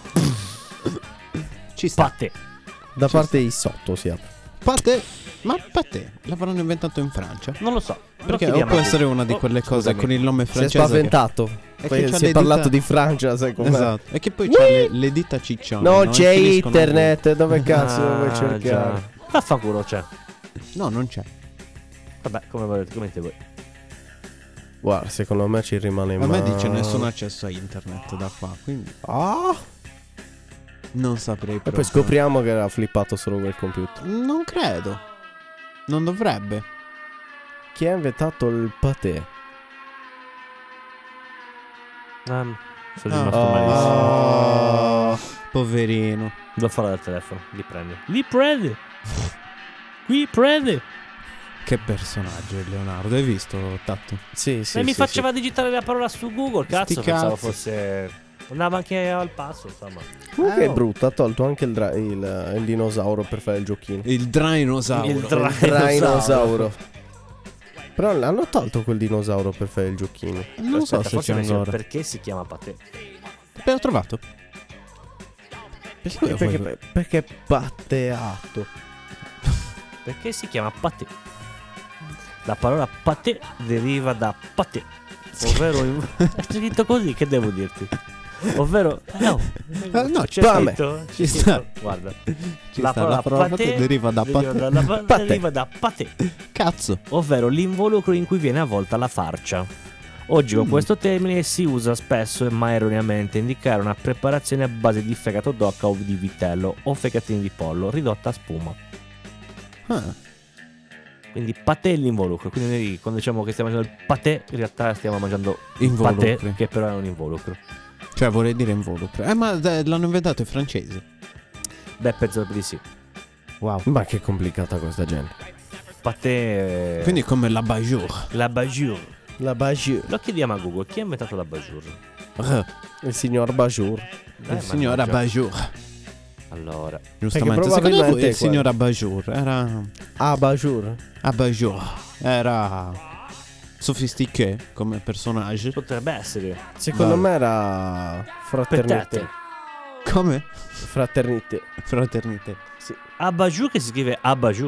Ci sta. Patte. Da parte di sotto si apre. Pate, ma pate, l'avranno inventato in Francia. Non lo so. Perché Lo o chiediamo può a essere Google. una di Oh, quelle cose scusami. con il nome Si è francese. che- spaventato. che Poi c'ha si è le parlato dita- di Francia, sai com'è? Esatto. E che poi c'ha le, le dita ciccione. No, no? c'è E finiscono a internet. Dove cazzo lo vuoi Ah, cercare? già. Vaffanculo c'è. due. No, non c'è. Vabbè, come volete, come dite voi. Guarda, secondo me ci rimane in A me mano. dice nessun accesso a internet da qua, quindi Ah! non saprei E proprio. poi scopriamo che era flippato solo quel computer. Non credo. Non dovrebbe. Chi ha inventato il patè? Ah, sono Ah. rimasto malissimo. Oh, poverino. Devo farlo dal telefono. Li prende. Li prende. Qui prende. Che personaggio è Leonardo, hai visto, Tatto? Sì, sì. e mi sì, faceva digitare la parola su Google. Cazzo, Sti pensavo cazzi. fosse. Andava anche al passo, insomma. sì. Comunque Eh, è oh. brutto. Ha tolto anche il, dra- il, il dinosauro per fare il giochino. Il Drainosauro. Il dra- Il dinosauro. Però l'hanno tolto quel dinosauro per fare il giochino. Non so Aspetta, se forse c'è mi sono- ancora. perché si chiama patè. L'ho trovato. Perché, perché, perché è patteato. Perché si chiama patè? La parola patè deriva da patè, ovvero in- è scritto così, che devo dirti? Ovvero eh, no, Eh, no, c'è pame. scritto, Ci c'è sta. scritto, guarda, Ci la sta, parola la parola patè patè deriva da deriva patè. dalla pa- Patè. deriva da patè, Cazzo. ovvero l'involucro in cui viene avvolta la farcia. Oggi con Mm. questo termine si usa spesso e mai erroneamente indicare una preparazione a base di fegato d'oca o di vitello o fegatini di pollo ridotta a spuma. Ah, Quindi patè è l'involucro. Quindi noi quando diciamo che stiamo mangiando il patè, in realtà stiamo mangiando il Involucri. patè, che però è un involucro. cioè vorrei dire involucro. Eh, ma eh, l'hanno inventato i francesi. Beh, penso di sì. Wow. Ma che complicata questa gente. Patè. Quindi è come la Bajour. la Bajour. La Bajour. Lo chiediamo a Google. Chi ha inventato la Bajour? Ah, Il signor Bajour. Eh, il signora mannaggia. Bajour. Allora, Giustamente. Perché Secondo voi probabilmente il signor Abajour era Ah, Bajour. Abajour era sophistiqué come personaggio. potrebbe essere. Secondo Vai. me era fraternité. Aspettate. Come? Fraternité. Fraternité. A Bajour che si scrive A Bajour.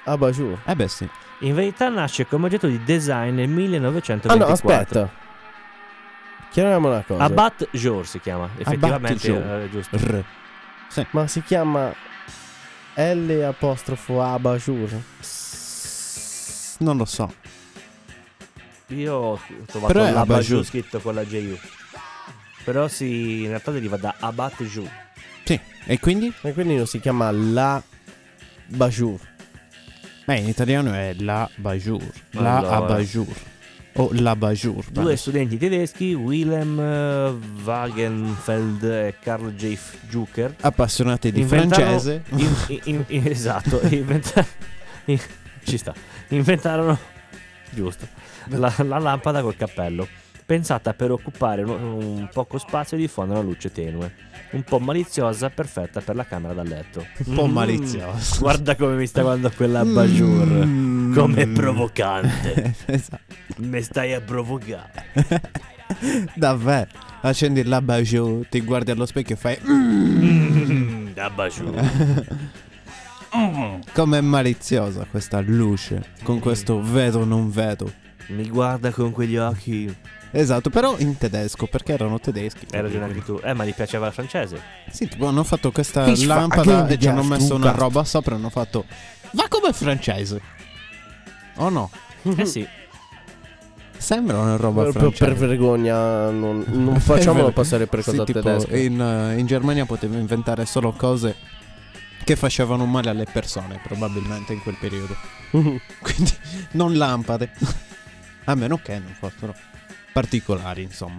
Abajur. Eh beh sì. In verità nasce come oggetto di design nel Ah no, millenovecentoventiquattro. aspetta. Chiariamo una cosa. Abat Jour si chiama. Effettivamente Jour. è giusto. R. Ma si chiama L apostrofo Abajur? Non lo so. Io ho trovato Però è l'Abat Abajur. Jour scritto con la J U. Però si, in realtà deriva da Abat Jour. Sì. E quindi? E quindi non si chiama La Bajur. Beh, in italiano è la Bajur. La Allora. Abajur. O la Bajur. Due studenti tedeschi, Willem eh, Wagenfeld e Karl J. Jucker, Appassionati di inventarono- francese. in- in- in- esatto, inventa- in- ci sta. Inventarono giusto la, la lampada col cappello, pensata per occupare un, un poco spazio e diffondere una luce tenue, un po' maliziosa, perfetta per la camera da letto. Un po' Mm, maliziosa. Guarda come mi sta guardando quella Bajur. Mm. Come provocante. Esatto. Mi stai a provocare. Davvero. Accendi la Bajur, ti guardi allo specchio e fai Mm, da Bajur. com'è maliziosa questa luce con questo vedo non vedo. Mi guarda con quegli occhi. Esatto, però in tedesco perché erano tedeschi. Hai ragione anche tu. Eh, ma gli piaceva il francese. Sì, tipo hanno fatto questa Ich lampada fucking e ci hanno just messo una got. roba sopra e hanno fatto va come francese. O no? Eh sì. Sembra una roba Per, francese. per vergogna non, non facciamolo passare per Sì, cosa tipo, tedesca. in, eh, in Germania potevo inventare solo cose che facevano male alle persone, probabilmente in quel periodo. Quindi non lampade. A meno che non fossero particolari, insomma.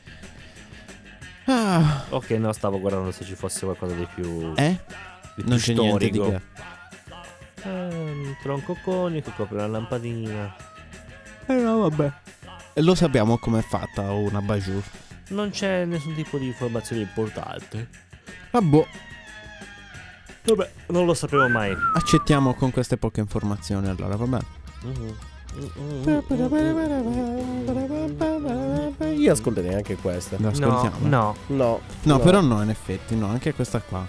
Ah, Ok, no, stavo guardando se ci fosse qualcosa di più. eh? Di più Non c'è niente di storico. che. Eh, un tronco conico, copre una lampadina. Eh no, vabbè. E lo sappiamo com'è fatta una Bajur. Non c'è nessun tipo di informazione importante. Ah boh, Vabbè, non lo sapevo mai. accettiamo con queste poche informazioni allora, va bene. Io ascolterei anche questa. Lo No, ascoltiamo. no. No, No, però no, in effetti, no, anche questa qua.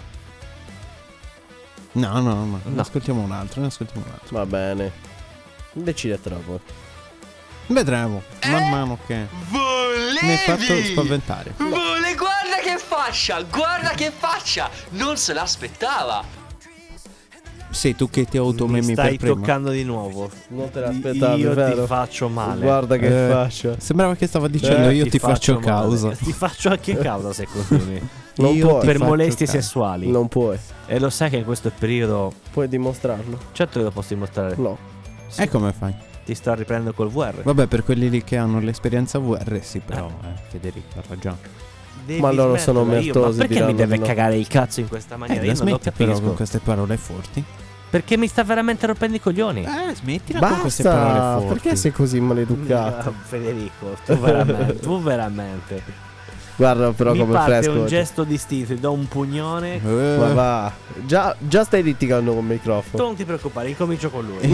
No, no, no, ne No. ascoltiamo un'altra, ne ascoltiamo un'altra. Va bene. Decidetela voi. Vedremo, man mano che mi hai fatto spaventare. Vole, guarda che faccia, guarda che faccia, non se l'aspettava. Sei tu che ti Mi automemi stai per prima. toccando di nuovo. Non te l'aspettavi, Io vero? ti faccio male. Guarda che Eh, faccia. Sembrava che stava dicendo Eh, io ti, faccio, male. causa. Ti faccio anche causa se continui. Non Io puoi. ti Per faccio molestie causa. sessuali. Non puoi. E lo sai che in questo periodo. Puoi dimostrarlo? Certo che lo posso dimostrare. No. E come fai? Ti sto riprendendo col V R. Vabbè, per quelli lì che hanno l'esperienza V R, sì, però eh, Federico ha ragione. Devi Ma loro sono smetterla, io- mertosi, Ma perché mi diranno deve di no. cagare il cazzo in questa maniera? Eh, Io la non lo smetti però capisco. con queste parole forti. Perché mi sta veramente rompendo i coglioni. Eh, smettila con queste Basta. parole forti. Perché sei così maleducato? Ah, Federico, tu veramente, tu veramente. Guarda però Mi come parte fresco. un oggi. gesto distinto, ti do un pugnone. Eh, Ma va. Già, già stai litigando con il Tu microfono. non ti preoccupare, incomincio con lui.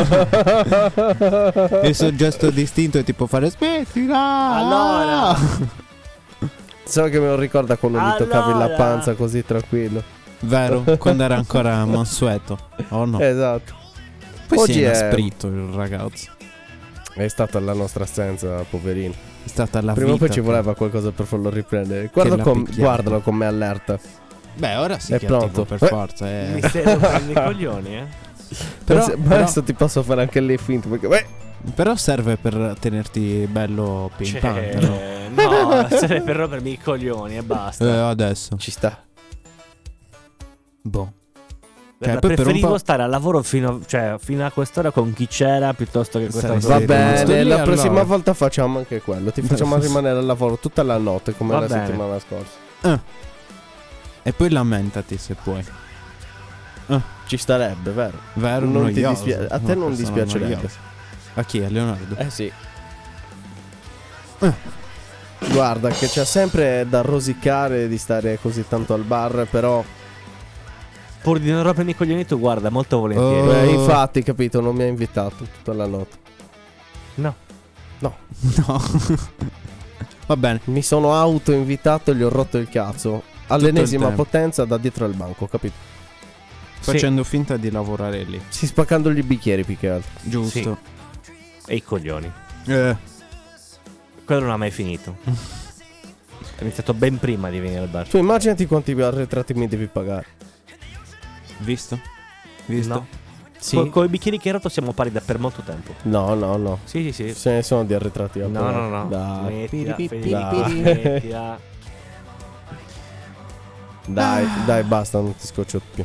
il suo gesto distinto è tipo fare smettila. Allora. Solo che me lo ricorda quando mi toccavi la Allora. panza così tranquillo. Vero, quando era ancora mansueto. Oh no. Esatto. Poi oggi si è è- inasprito il ragazzo. È stata la nostra assenza, poverino. È stata la Prima o vita poi ci che- voleva qualcosa per farlo riprendere. Guarda l'ha com- picchiato. guardalo come allerta. Beh, ora sì È che è attivo pronto. per Eh. forza. eh. Mi stai rompendo i coglioni, eh. Però, Ma però- adesso ti posso fare anche lì finto perché beh, però serve per tenerti bello pimpante, no? Cioè, no, serve per rompermi i coglioni e basta. Eh, adesso. ci sta. Boh. Guarda, Cioè, poi per un preferivo po'- stare al lavoro fino a, cioè, fino a quest'ora con chi c'era piuttosto che questa Sarei cosa. Va Sì, bene, rimasto lì, la prossima allora. volta facciamo anche quello. Ti facciamo rimanere al lavoro tutta la notte come Va la bene. settimana scorsa. E poi lamentati se puoi. Ci starebbe, vero? Vero? Non ti Noioso. dispia- a te Una non persona dispiacerebbe. noiosa. A chi? A Leonardo? Eh sì. Guarda che c'è sempre da rosicare di stare così tanto al bar, però Pur di non rompermi i coglioni tu guarda molto volentieri. Oh. eh, infatti, capito, non mi ha invitato tutta la notte. No. No. Va bene. Mi sono autoinvitato e gli ho rotto il cazzo all'ennesima tempo. potenza da dietro al banco, capito? facendo finta di lavorare lì. Si spaccandogli i bicchieri più che altro. Giusto. E i coglioni. Eh. Quello non ha mai finito. È iniziato ben prima di venire al bar. Tu immaginati quanti arretrati mi devi pagare. Visto? Visto? No. Sì. Co- con i bicchieri che rotto siamo pari da per molto tempo. No, no, no. Sì, sì, sì. Se ne sono di arretrati. a No, pagare. no, no. Dai. Mettila, Piri, Federico, piri, mettila. Dai, dai, basta, non ti scoccio più.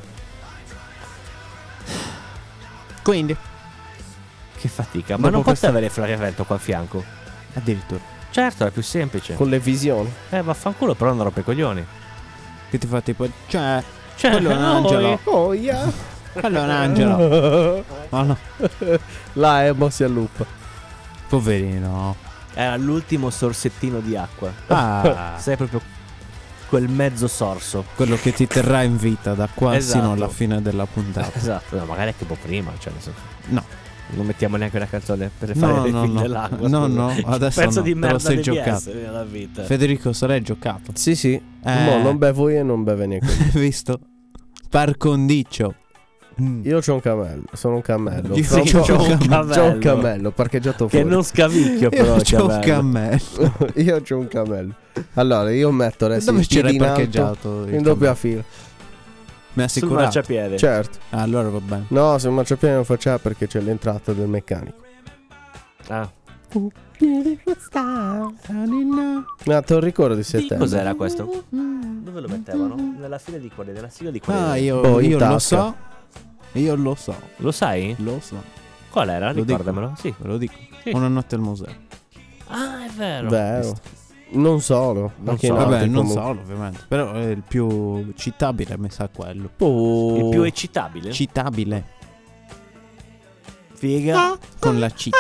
Quindi, Che fatica. Ma Dopo non questa- potevi avere Flavia Vento qua a fianco? addirittura, Certo, è più semplice. Con le visioni. Eh, vaffanculo, però non rompe i coglioni. che ti fa tipo, cioè, Cioè, quello è un noi- angelo. Oh, yeah. Quello è un angelo. Oh no, La Emo si allupa. poverino. Era l'ultimo sorsettino di acqua. Ah, Sei proprio quel mezzo sorso. quello che ti terrà in vita da qua Esatto. sino alla fine della puntata. Esatto, no, magari anche un po' prima. Cioè, nel senso, No, non mettiamo neanche una canzone per fare no, le no, figlie no. dell'acqua. No, scusa. no, adesso Pezzo no, di te lo merda sei di giocato. nella vita. Federico, sarai giocato. Sì, sì. Eh. Mo non bevo io e non beve neanche. Visto? Par condicio. Mm. Io c'ho un cammello. Sono un cammello. Io Però sì, c'ho un cammello. C'ho un cammello parcheggiato Che fuori. non scavicchio, però. Io il c'ho un cammello. cammello. Io c'ho un cammello. Allora, io metto adesso Dove i c'era piedi in alto, parcheggiato? il in doppia cammello? fila. Mi ha Sul assicurato. marciapiede. Certo. Ah, allora va bene. No, se il marciapiede non faceva perché c'è l'entrata del meccanico. Ah. Ma te lo ricordo di Di settembre? cos'era questo? Dove lo mettevano? Nella fila di quale? Nella sigla di quale? Ah, io, Boh, in io lo tasca. so. Io lo so. Lo sai? Lo so. Qual era? Lo dico. Ricordamelo. Sì. Ve lo dico. Sì. Una notte al museo. Ah, è vero. Vero. Non solo. Non Anche so. in Vabbè, altri non comunque. solo, ovviamente. Però è il più citabile, mi sa quello. Oh. Il più eccitabile? Citabile. Figa. Con la C.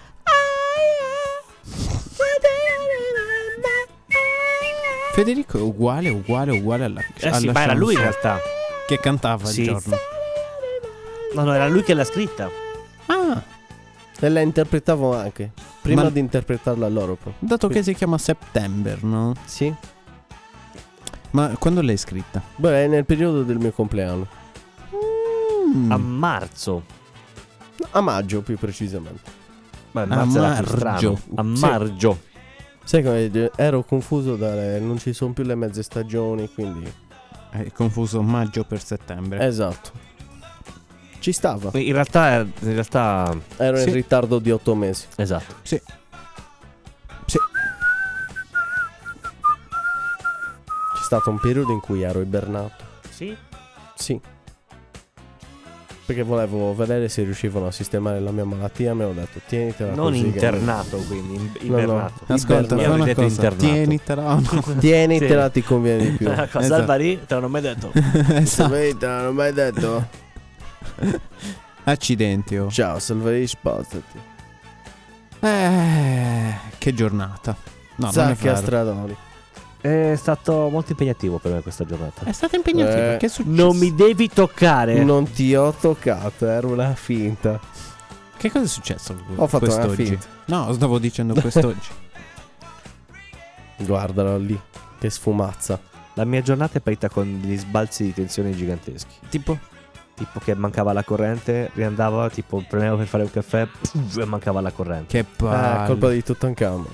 Federico è uguale, uguale, uguale alla Eh sì, alla ma era lui in chanson realtà. che cantava Sì. il giorno. No, no, era lui che l'ha scritta. Ah, E la interpretavo anche. Prima Ma- di interpretarla loro. Però. dato che si chiama September, no? Sì. Ma quando l'hai scritta? Beh, è nel periodo del mio compleanno. Mm. A marzo. A maggio, più precisamente. Beh, A marzo era più marzo. strano. A marzo. Sai come ero confuso da non ci sono più le mezze stagioni, quindi Hai confuso maggio per settembre. esatto. Ci stava. In realtà, in realtà, Ero Sì. in ritardo di otto mesi. esatto. Sì. Sì. C'è stato un periodo in cui ero ibernato. Sì. Sì. Perché volevo vedere se riuscivano a sistemare la mia malattia. Mi hanno detto tienitela Non così che- internato, quindi in- No, no. ibernato. Ascolta, Io fai avrei una detto cosa. internato. Tienitela. No. Tienitela, ti conviene di più. Una cosa Esatto. al barì, te l'hanno mai detto. Esatto. Salveita, non ho mai detto. Accidenti, oh. Ciao, Salvei, spostati. Eh, che giornata. No, non è Zacchi a vero. stradoni. È stato molto impegnativo per me questa giornata. È stata impegnativa. Eh, Che è successo? Non mi devi toccare. Non ti ho toccato, era una finta. Che cosa è successo Ho fatto una quest'oggi? finta. No, stavo dicendo quest'oggi. Guardalo lì, che sfumazza. La mia giornata è partita con degli sbalzi di tensione giganteschi. Tipo, Tipo che mancava la corrente, riandava, tipo premevo per fare un caffè puff, e mancava la corrente. che Ah, palle. colpa di Tutankhamon.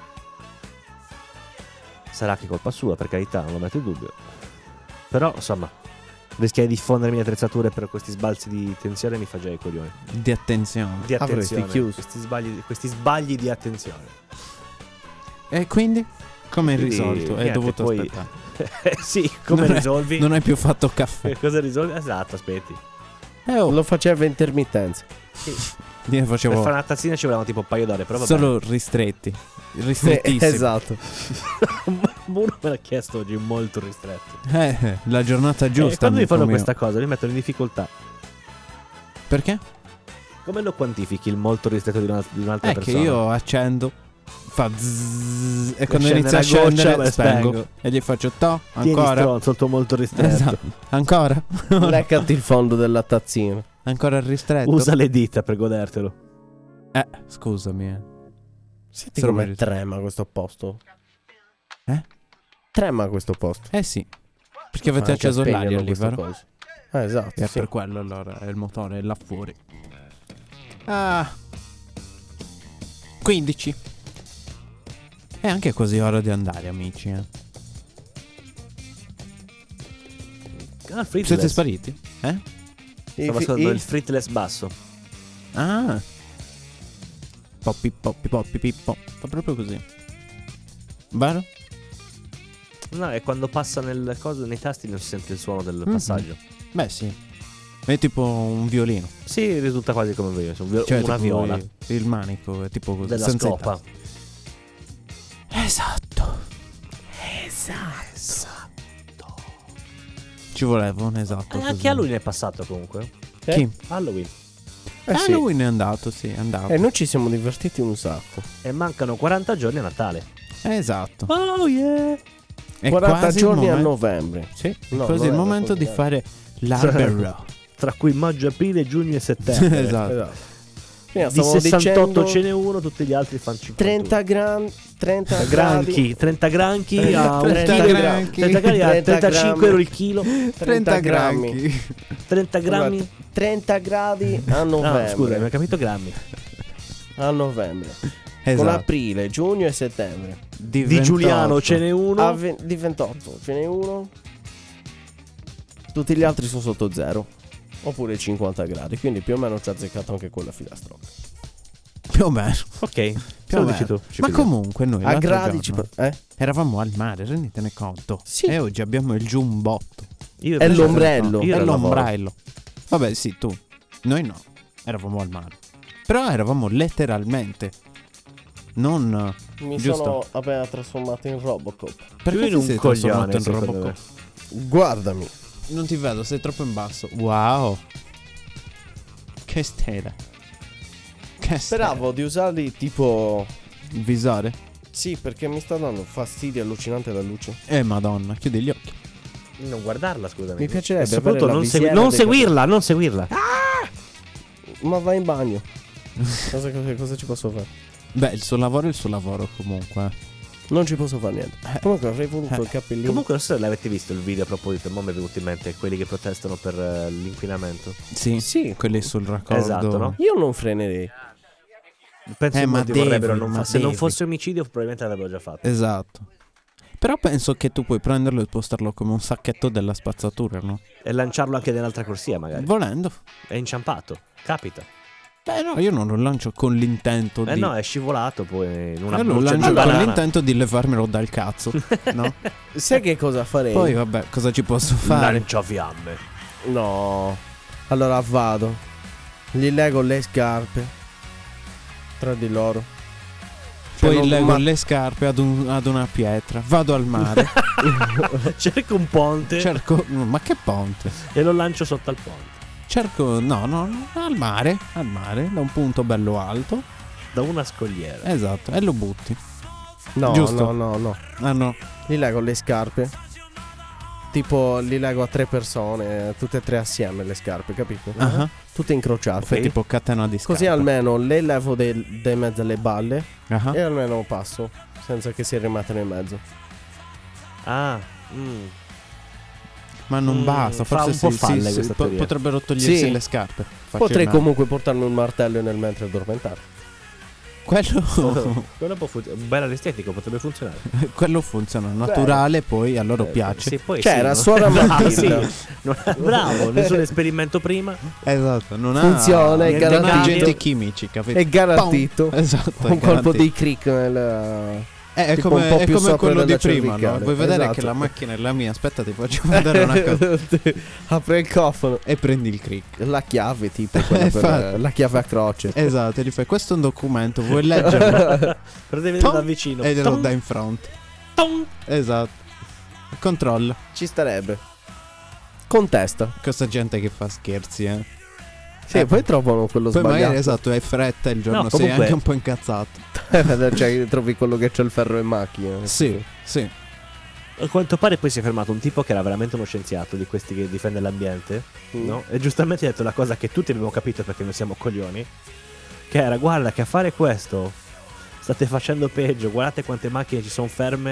Sarà che colpa sua, per carità, non lo metto in dubbio. Però, insomma, rischiare di diffondere le mie attrezzature per questi sbalzi di tensione mi fa già i coglioni. Di attenzione. Di Avresti attenzione. chiuso. Questi sbagli, questi sbagli di attenzione. E quindi? Come hai Quindi, risolto? Hai niente, dovuto poi- aspettare. Eh sì, come Non è- risolvi? Non hai più fatto caffè. Che cosa risolvi? Esatto, aspetti. Eh, oh, Lo faceva intermittenza. io facevo Per fare una tazzina ci volevano tipo un paio d'ore, però vabbè. solo ristretti. Ristrettissimi. esatto. Uno me l'ha chiesto oggi molto ristretto. Eh, eh, la giornata E giusta. quando mi amico fanno mio. questa cosa, li mettono in difficoltà. Perché? Come lo quantifichi il molto ristretto di, una- di un'altra È che persona? io accendo, fa zzzz, e quando scende inizia a una goccia, scendere me spengo. spengo. E gli faccio to, Tieni ancora. stronzo, il tuo molto ristretto. Esatto. Ancora? Leccati il fondo della tazzina. Ancora il ristretto. Usa le dita per godertelo. Eh, scusami. eh. Senti Se lo come merita. trema questo posto. Eh? Trema questo posto. Eh sì. Perché avete Fa anche acceso a l'aria spegnerlo lì, queste vero? cose. Eh, esatto. E sì. per quello allora il motore è là fuori. Ah. quindici. È anche quasi ora di andare, amici. Eh. Ah, il fretless. Siete spariti? Eh? I Stavo fi- ascoltando i- il fretless basso. Ah. Poppi, poppi, poppi, pippo. Fa proprio così. Vero? No, è quando passa nel coso, nei tasti non si sente il suono del Mhm. passaggio. Beh, sì. È tipo un violino. Sì, risulta quasi come un violino, un vi- Cioè, una tipo viola il, il manico è tipo così. della senza i scopa. tasti. Esatto. Esatto. Ci voleva un esatto. Eh, così. anche Halloween è passato comunque. Chi? Halloween. Eh, sì. Halloween è andato, sì, è andato. E noi ci siamo divertiti un sacco. E mancano quaranta giorni a Natale. Esatto. Oh yeah. È quaranta quasi il giorni a momento- novembre. Sì, è No, quasi non il è momento di così, fare l'albero. Tra cui maggio, aprile, giugno e settembre. Esatto. Esatto. Prima Di stavamo sessantotto dicendo ce n'è uno, tutti gli altri fanno cinquantuno. trenta gram trenta granchi, trenta granchi a un trenta chilo. granchi. trenta granchi a trenta trentacinque grammi. euro il chilo. trenta grammi. grammi. trenta grammi. Allora, trenta gradi a No, novembre. scusa, mi hai capito grammi. A novembre. Con Esatto. aprile, giugno e settembre. Di, Di Giuliano ventotto. ce n'è uno. A ve- di ventotto ce n'è uno. Tutti gli altri sono sotto zero. Oppure cinquanta gradi. Quindi più o meno ci ha azzeccato anche quella filastrocca. Più o meno. Ok, Più se o lo meno. dici tu. ci Ma fidiamo. comunque noi A l'altro gradi ci giorno eh? eravamo al mare, rendetene conto. Sì. E oggi abbiamo il giumbotto. Io È invece- l'ombrello. io È ero al lavoro. l'ombrello. Vabbè, sì, tu. Noi no. Eravamo al mare. Però eravamo letteralmente. Non. Mi Giusto. sono appena trasformato in Robocop. Perché in ti un sei coglione, trasformato in secondo Robocop? me. Guardami. Non ti vedo, sei troppo in basso. Wow. Che stella. Che stella. Speravo di usarli tipo. Il visore? Sì, perché mi sta dando fastidio allucinante la luce. Eh, madonna, chiudi gli occhi. Non guardarla, scusami. Mi piacerebbe E soprattutto avere la non, segui- visiera non dei seguirla, non seguirla. Ma vai in bagno. cosa, cosa, cosa ci posso fare? Beh, il suo lavoro è il suo lavoro comunque. Non ci posso fare niente. Comunque avrei voluto il cappellino. Comunque non so se l'avete visto il video a proposito, mo mi è venuto in mente quelli che protestano per eh, l'inquinamento. Sì, Sì. quelli sul raccordo. Esatto, no? Io non frenerei. Penso Eh, che ma molti vorrebbero devi, non ma fa- se non devi. fosse omicidio probabilmente l'avrebbero già fatto. Esatto. Però penso che tu puoi prenderlo e spostarlo come un sacchetto della spazzatura, no? E lanciarlo anche nell'altra corsia magari. Volendo. È inciampato. Capita. Beh no, io non lo lancio con l'intento Eh di... no, è scivolato poi in una Io lo buccia di lancio con banana. l'intento di levarmelo dal cazzo, no? Sai che cosa farei? Poi vabbè, cosa ci posso fare? Lanciafiamme. No. Allora vado. Gli lego le scarpe. Tra di loro. Cioè, Poi non- lego ma- le scarpe ad, un- ad una pietra. Vado al mare. Cerco un ponte Cerco... Ma che ponte? e lo lancio sotto al ponte. Cerco... No, no, no, al mare. Al mare, da un punto bello alto. Da una scogliera. Esatto, e lo butti. No, Giusto. no, no, no. Ah no. Gli lego le scarpe. Tipo li lego a tre persone, tutte e tre assieme le scarpe, capito? Ah, Tutte incrociate. Fai tipo catena di scarpe. Così almeno le levo dei de mezzo alle balle Ah. e almeno passo senza che si rimettano in mezzo. Ah, mm. Ma non Mm, basta, fa forse un po' sì, falle sì, sì, questa po- teoria. potrebbero togliersi Sì. le scarpe. Potrei facilmente. comunque portarmi un martello nel mentre addormentare. Quello, Quello può funzionare. Bella estetico, potrebbe funzionare. quello funziona, naturale, poi a loro piace. Sì, poi Cioè, sì, era no? suora Ah, Matilda. sì. Non- Bravo, nessun esperimento prima. Esatto, non ha Funziona, è niente garantito. agenti chimici, capito? È garantito. Pom. Esatto, è Un colpo garantito. di crick nel... Eh, è tipo come, un po' è più come sopra quello di della prima, no? cervicale. Vuoi vedere Esatto. che la macchina è la mia? Aspetta, ti faccio vedere una cosa. Apre il cofano. E prendi il crick. La chiave tipo quella per, Infatti. la chiave a croce. Esatto, e gli fai questo è un documento, vuoi leggerlo? Però devi vedere Tom. da vicino. E glielo Tom, dai in front. tom. Esatto. Controlla. Ci starebbe. Contesta. Questa gente che fa scherzi, eh. Sì, poi trovano quello Poi magari sbagliato. esatto, hai fretta il giorno, No, sei comunque- anche un po' incazzato. Cioè, trovi quello che c'ha il ferro in macchina. Sì, sì. A quanto pare poi si è fermato un tipo che era veramente uno scienziato di questi che difende l'ambiente, Mm. no? E giustamente ha detto la cosa che tutti abbiamo capito perché noi siamo coglioni, che era guarda che a fare questo state facendo peggio, guardate quante macchine ci sono ferme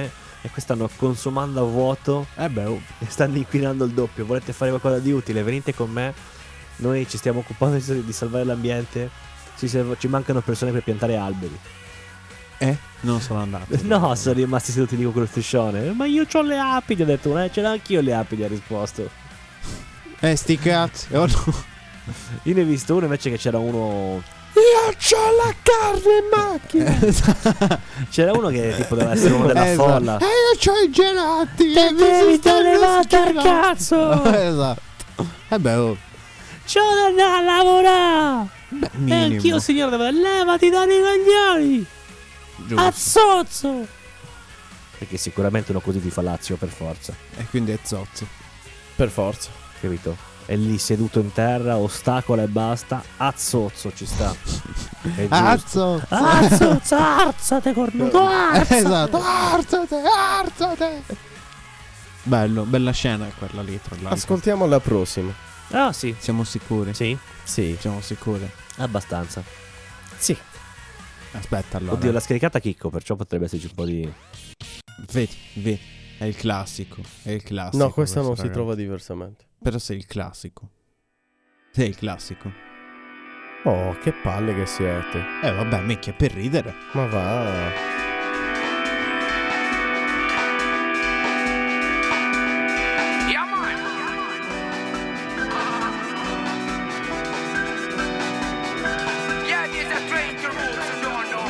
e qui stanno consumando a vuoto Eh beh, oh. e stanno inquinando il doppio. Volete fare qualcosa di utile? Venite con me. Noi ci stiamo occupando di di salvare l'ambiente. Ci, serv- ci mancano persone per piantare alberi. Eh? Non sono andato. No, sono rimasti seduti lì con quello striscione. Ma io c'ho le api, gli ho detto. Eh, ce l'ho anch'io le api, gli ha risposto. Eh, sti cazzi. Oh, no. Io ne ho visto uno invece che c'era uno. Io c'ho la carne in macchina. C'era uno che tipo doveva essere uno della Esatto. folla. E io c'ho i gelati. Te e mi devi si stanno levate al schierando. cazzo. Esatto. Eh beh, oh. C'ho da andare a lavorare. Beh, E minimo. anch'io signore devo. Levati dai coglioni. Giusto. Azzozzo. Perché sicuramente uno così ti fa Lazio per forza. E quindi è zozzo. Per forza. Capito? È lì seduto in terra, ostacola e basta. Azzozzo ci sta. È giusto. Azzo. Azzozzo, arzate cornuto, arza. Esatto. Arzate, arzate. Bello, bella scena quella lì, tra l'altro. Ascoltiamo la prossima. Ah sì. Siamo sicuri? Sì, Sì. Siamo sicuri. abbastanza. Sì. Aspetta allora. Oddio, l'ha scaricata Chicco, perciò potrebbe esserci un po' di... Vedi, vedi. È il classico. È il classico. No, questa non questo, si ragazzi. trova diversamente. Però sei il classico. Sei il classico. Oh, che palle che siete. Eh vabbè, minchia, per ridere. Ma va. Yeah, man. Yeah, there's a train to roots, you don't know.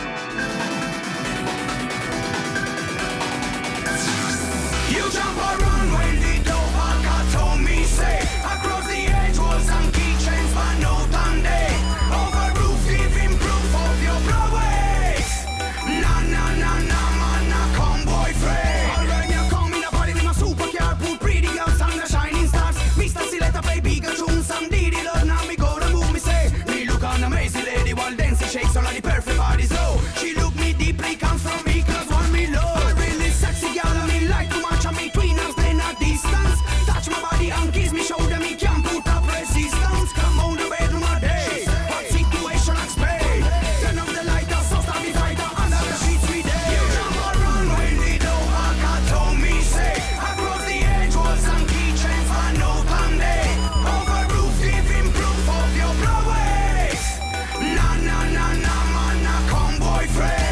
You jump around when the Doha told me, say, across the edge was some keychains, but no Sunday. Over roof, giving proof of your prowess. Na na na na man, na come boyfriend. Alright, you come in a body with my super car, put pretty girls under shining stars. Mister Siletta play bigger tunes, some Diddy love, now me go to move me say. Me look an amazing lady while dancing, shakes all of the perfect body slow. She look me deeply, comes from me, cause want me low. A really sexy girl, I me like too much, I me tween us, then a distance. Touch my body and kiss me, shoulder me, can't put up resistance. Come on the bedroom a day, hot situation explain. Turn off the light, so start the fighter, under the sheets we day. You jump around when the Doha told me, say, across the edge was some keychains, but no Sunday. Over roof, giving proof of your prowess. Na na na na man, na come boyfriend.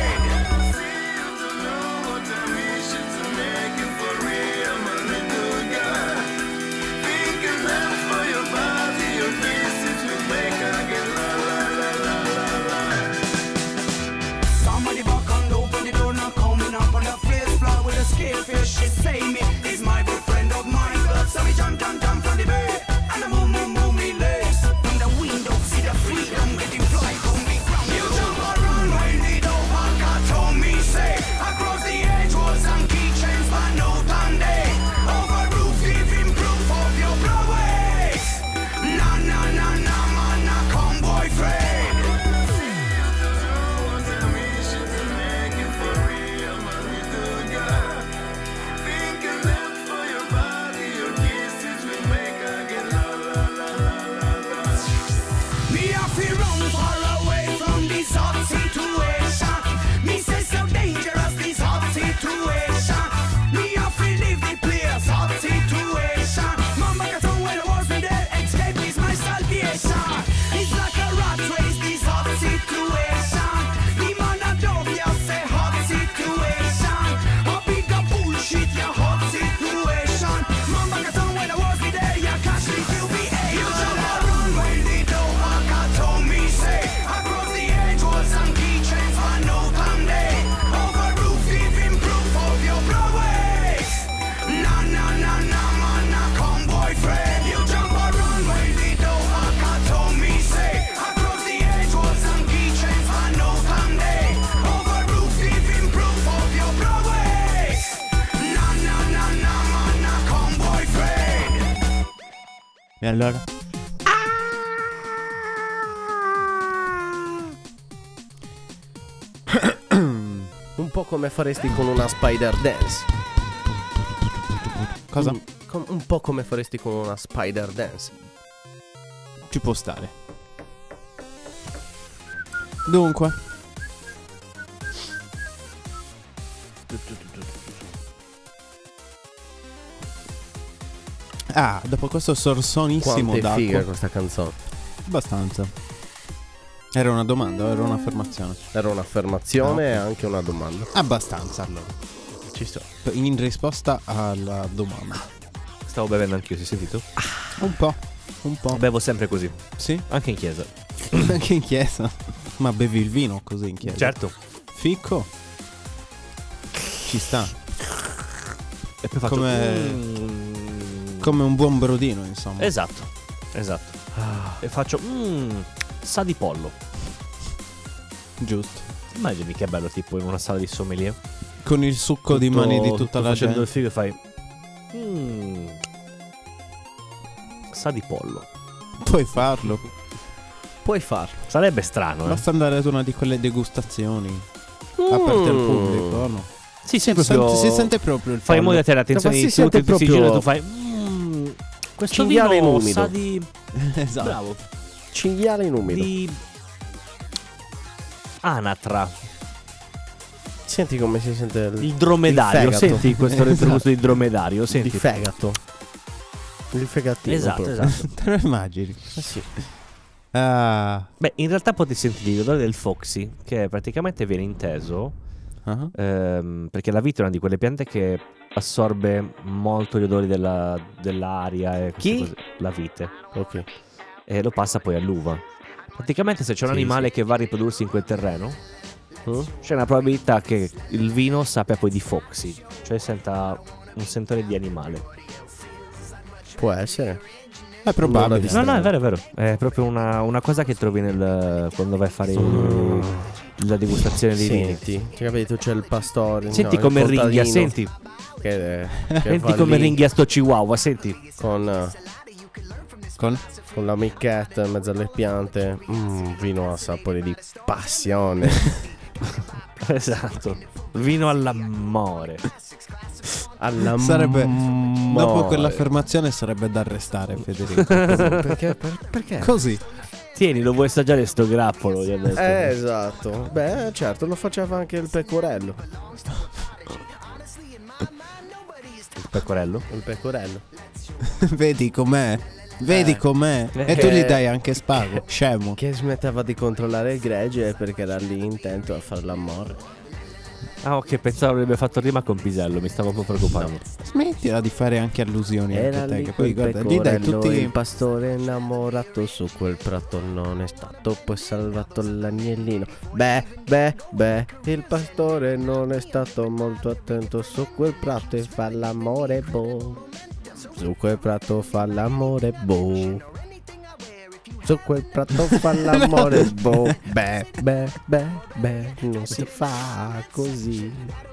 Somebody back and open the door, now coming up on the place floor with a scale fish. She say me is my good friend of mine. So we jump, jump, jump from the bed and I move, move, move me legs. From the window, see the freedom getting fly on me ground. You jump around when the Doha told me, say, across the edge was some keychains, but no Sunday. Over roof, giving proof of your prowess. Na na na na man, na come boyfriend. Me I feel run far away from this hot situation. Me say so dangerous this hot situation. Me I feel leave the place hot situation. Mama got on when I was with there. Escape is my salvation. It's like a rat race this hot situation. The man a dog ya say hot situation. A big a bullshit ya hot situation. Mama got on when I was with there. Ya catch me to be a. You jump around when the Doha told me, say, across the edge was some keychains, but no Sunday. Over roof, giving proof of your prowess. Na na na na man, na come boyfriend. You jump around when the Doha told me, say, across the edge was some keychains, but no Sunday. Over roof, giving proof of your prowess. Na na na na man, na come boyfriend. E allora? Un po' come faresti con una spider dance. Cosa? Un, com- un po' come faresti con una spider dance. Ci può stare. Dunque. Ah, dopo questo sorsonissimo Quanto è d'acqua. figa questa canzone. Abbastanza. Era una domanda o era un'affermazione? Era un'affermazione Ah, e ok. anche una domanda. Abbastanza, allora. Ci sto. In risposta alla domanda. Stavo bevendo anch'io, si è sentito? Un po', un po'. Bevo sempre così, Sì, anche in chiesa. anche in chiesa. Ma bevi il vino così in chiesa? Certo. Ficco. Ci sta. E poi faccio Come- mm. Come un buon brodino, insomma. Esatto, esatto. E faccio mm, sa di pollo. Giusto. Immagini che bello, tipo in una sala di sommelier. Con il succo di Tutto- mani di tutta tutto la facendo gente. il figo e fai mm, sa di pollo. Puoi farlo. Puoi farlo. Sarebbe strano, eh? Basta andare ad una di quelle degustazioni aperte al pubblico, no? Sì, sì, Si proprio sente, si sente proprio il fai in pollo. modo che l'attenzione Ma di si tutti, sente tutti si proprio- girano e tu fai mm, questo Cinghiale in vino umido. sa di Esatto. bravo, Cinghiale in umido. di anatra, Senti come si sente il, il dromedario, il fegato. senti questo Esatto. retrogusto di dromedario, senti. di fegato. Il fegatino. Esatto, proprio. esatto. Te lo immagini? Eh sì. Ah. Beh, in realtà potresti sentire l'odore del foxy, che praticamente viene inteso Ah. ehm, perché la vite è una di quelle piante che assorbe molto gli odori della- dell'aria e queste Chi? cose. La vite. Ok. E lo passa poi all'uva. Praticamente se c'è un Sì, animale che va a riprodursi in quel terreno, Mm? c'è una probabilità che il vino sappia poi di foxy, cioè senta un sentore di animale. Può essere. È probabile. Strano. No, no, è vero, è vero. È proprio una, una cosa che trovi nel quando vai a fare Mm. la degustazione di vini. Senti, ti capito? C'è il pastore. Senti no, come il ringhia, contadino senti. Che, che Senti va come lì ringhia sto chihuahua, senti. con, eh, Con? con la micchetta in mezzo alle piante. Mm, vino a sapore di passione. Esatto. Vino all'amore. Alla Sarebbe- more. Dopo quell'affermazione sarebbe da arrestare Federico. Perché? Per- perché? Così. Tieni, lo vuoi assaggiare sto grappolo? Gli ha detto. Eh, esatto. Beh, certo, lo faceva anche il pecorello. Il pecorello? Il pecorello. Vedi com'è? Vedi Eh. com'è? Eh. E tu gli dai anche spago, scemo. Che smetteva di controllare il gregge perché era lì intento a fare l'amore. Ah, ok, pensavo avrebbe fatto rima con Pisello, mi stavo un po' preoccupando. Smettila di fare anche allusioni Era anche te, lì che poi quel guarda, gli dai pecorello, tutti il pastore innamorato su quel prato non è stato poi salvato l'agnellino. Beh, beh, beh, il pastore non è stato molto attento su quel prato e fa l'amore, boh. Su quel prato fa l'amore, boh. Su quel prato fa l'amore, boh. Beh, beh, beh, beh, non si fa così.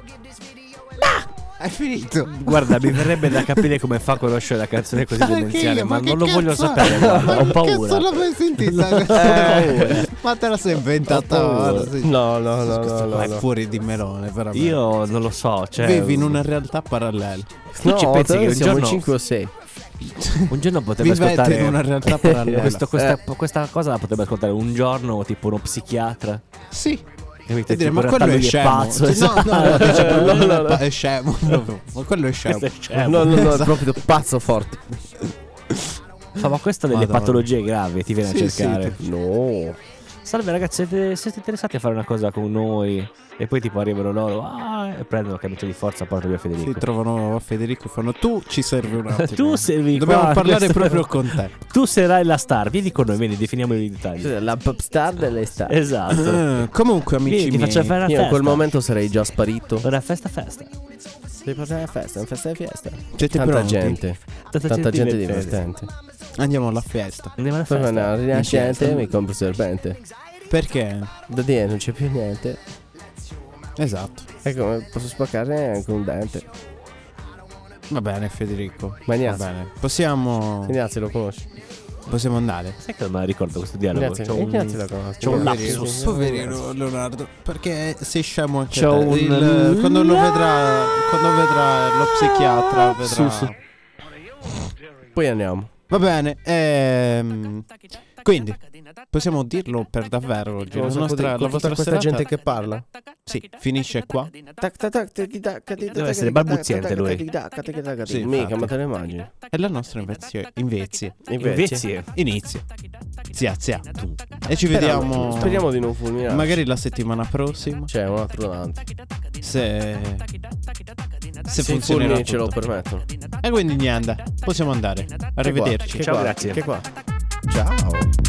Hai finito? Guarda, mi verrebbe da capire come fa a conoscere la canzone così demenziale, ma, non lo voglio sapere, Ma guarda, ho che paura. cazzo l'hai sentita? Eh, Ma te la sei inventata ora, sì. No, no, no, Questo no, no, qua è no. fuori di melone, veramente. Io non lo so, cioè Vivi in una realtà parallela. tu ci No, pensi te che un siamo in giorno, cinque o sei. un giorno potrebbe Vivete ascoltare in una realtà parallela. questo- questa, questa cosa la potrebbe ascoltare un giorno tipo uno psichiatra. Sì. Capite? E dire, Tipo, ma in realtà quello è lui scemo. pazzo, Sì, no, esatto. no, no, dice, No, quello no, no. è scemo. proprio. Ma quello è scemo. Questo è scemo. No, no, no, è proprio pazzo forte. Fa, ma questa ha delle Madonna. patologie gravi, ti viene Sì, a cercare. No. Salve ragazzi, siete, siete interessati a fare una cosa con noi? E poi tipo arrivano loro ah, e prendono camicia di forza, portano via Federico. Si trovano a Federico e fanno tu ci servi un attimo. Tu servi Dobbiamo qua, parlare questo- proprio con te. Tu sarai la star, vieni con noi, vieni, definiamo i dettagli. La pop star dell'estate. Esatto. Eh, comunque amici Vieni, ti miei, faccio fare una Io in festa. quel momento sarei già sparito. Una festa festa. Devi portare una festa, una festa di fiesta. siete Tanta pronti? gente. Tanta, Tanta gente divertente. divertente. Andiamo alla festa. Andiamo alla Poi festa. una rinascente fiesta. mi compro il serpente. Perché? Da dire non c'è più niente. Esatto. E come posso spaccare anche un dente. Va bene Federico. Ma Va Ignazio. bene. Possiamo Ignazio lo conosci. Possiamo andare? Sai che non me la ricordo questo dialogo? Ignazio, C'ho un- Ignazio lo conosci. c'ho un Ignazio. lapsus. Poverino Leonardo. Perché sei scemo anche C'ho te. un Il- quando lo vedrà Quando vedrà lo psichiatra vedrà. Su, su. Poi andiamo. Va bene. ehm, Quindi possiamo dirlo per davvero oggi. La, Con nostra, la tutta vostra questa serata gente che parla. sì, finisce qua. Deve essere balbuziente lui. Sì, Mica, infatti. ma te le immagini? E la nostra invezio, invezie. Invece, Inizia. Zia, zia. E ci Però vediamo Speriamo di non fulminare. magari la settimana prossima. C'è un altro Dante. Se Se Se i funzionerà fulmini ce lo tutto. permettono. E quindi niente, possiamo andare. Arrivederci. Che Ciao, qua, grazie. Che qua. Ciao.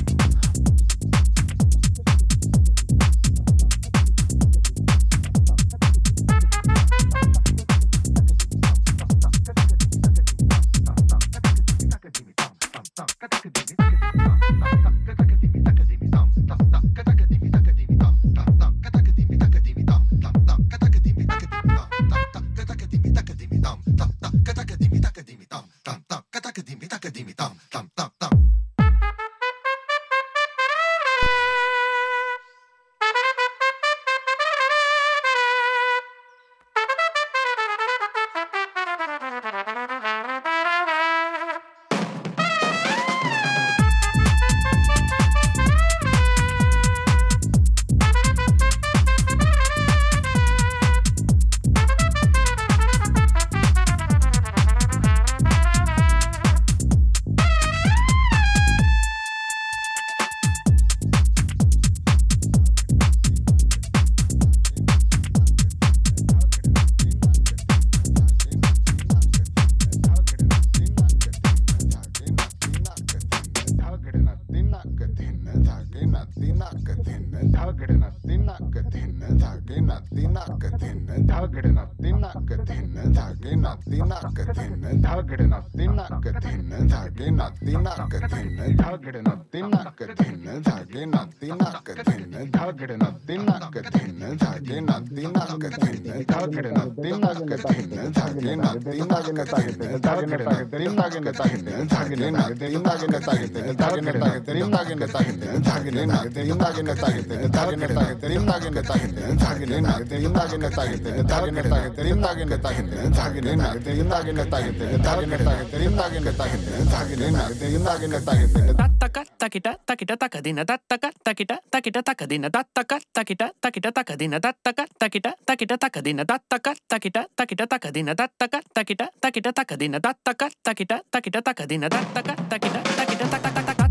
Takita takita takadina takita takita takita takadina takita takita takita takadina takita takita takita takadina takita takita takita takadina takita takita takita takadina takita takita takita takadina takita takita takita takita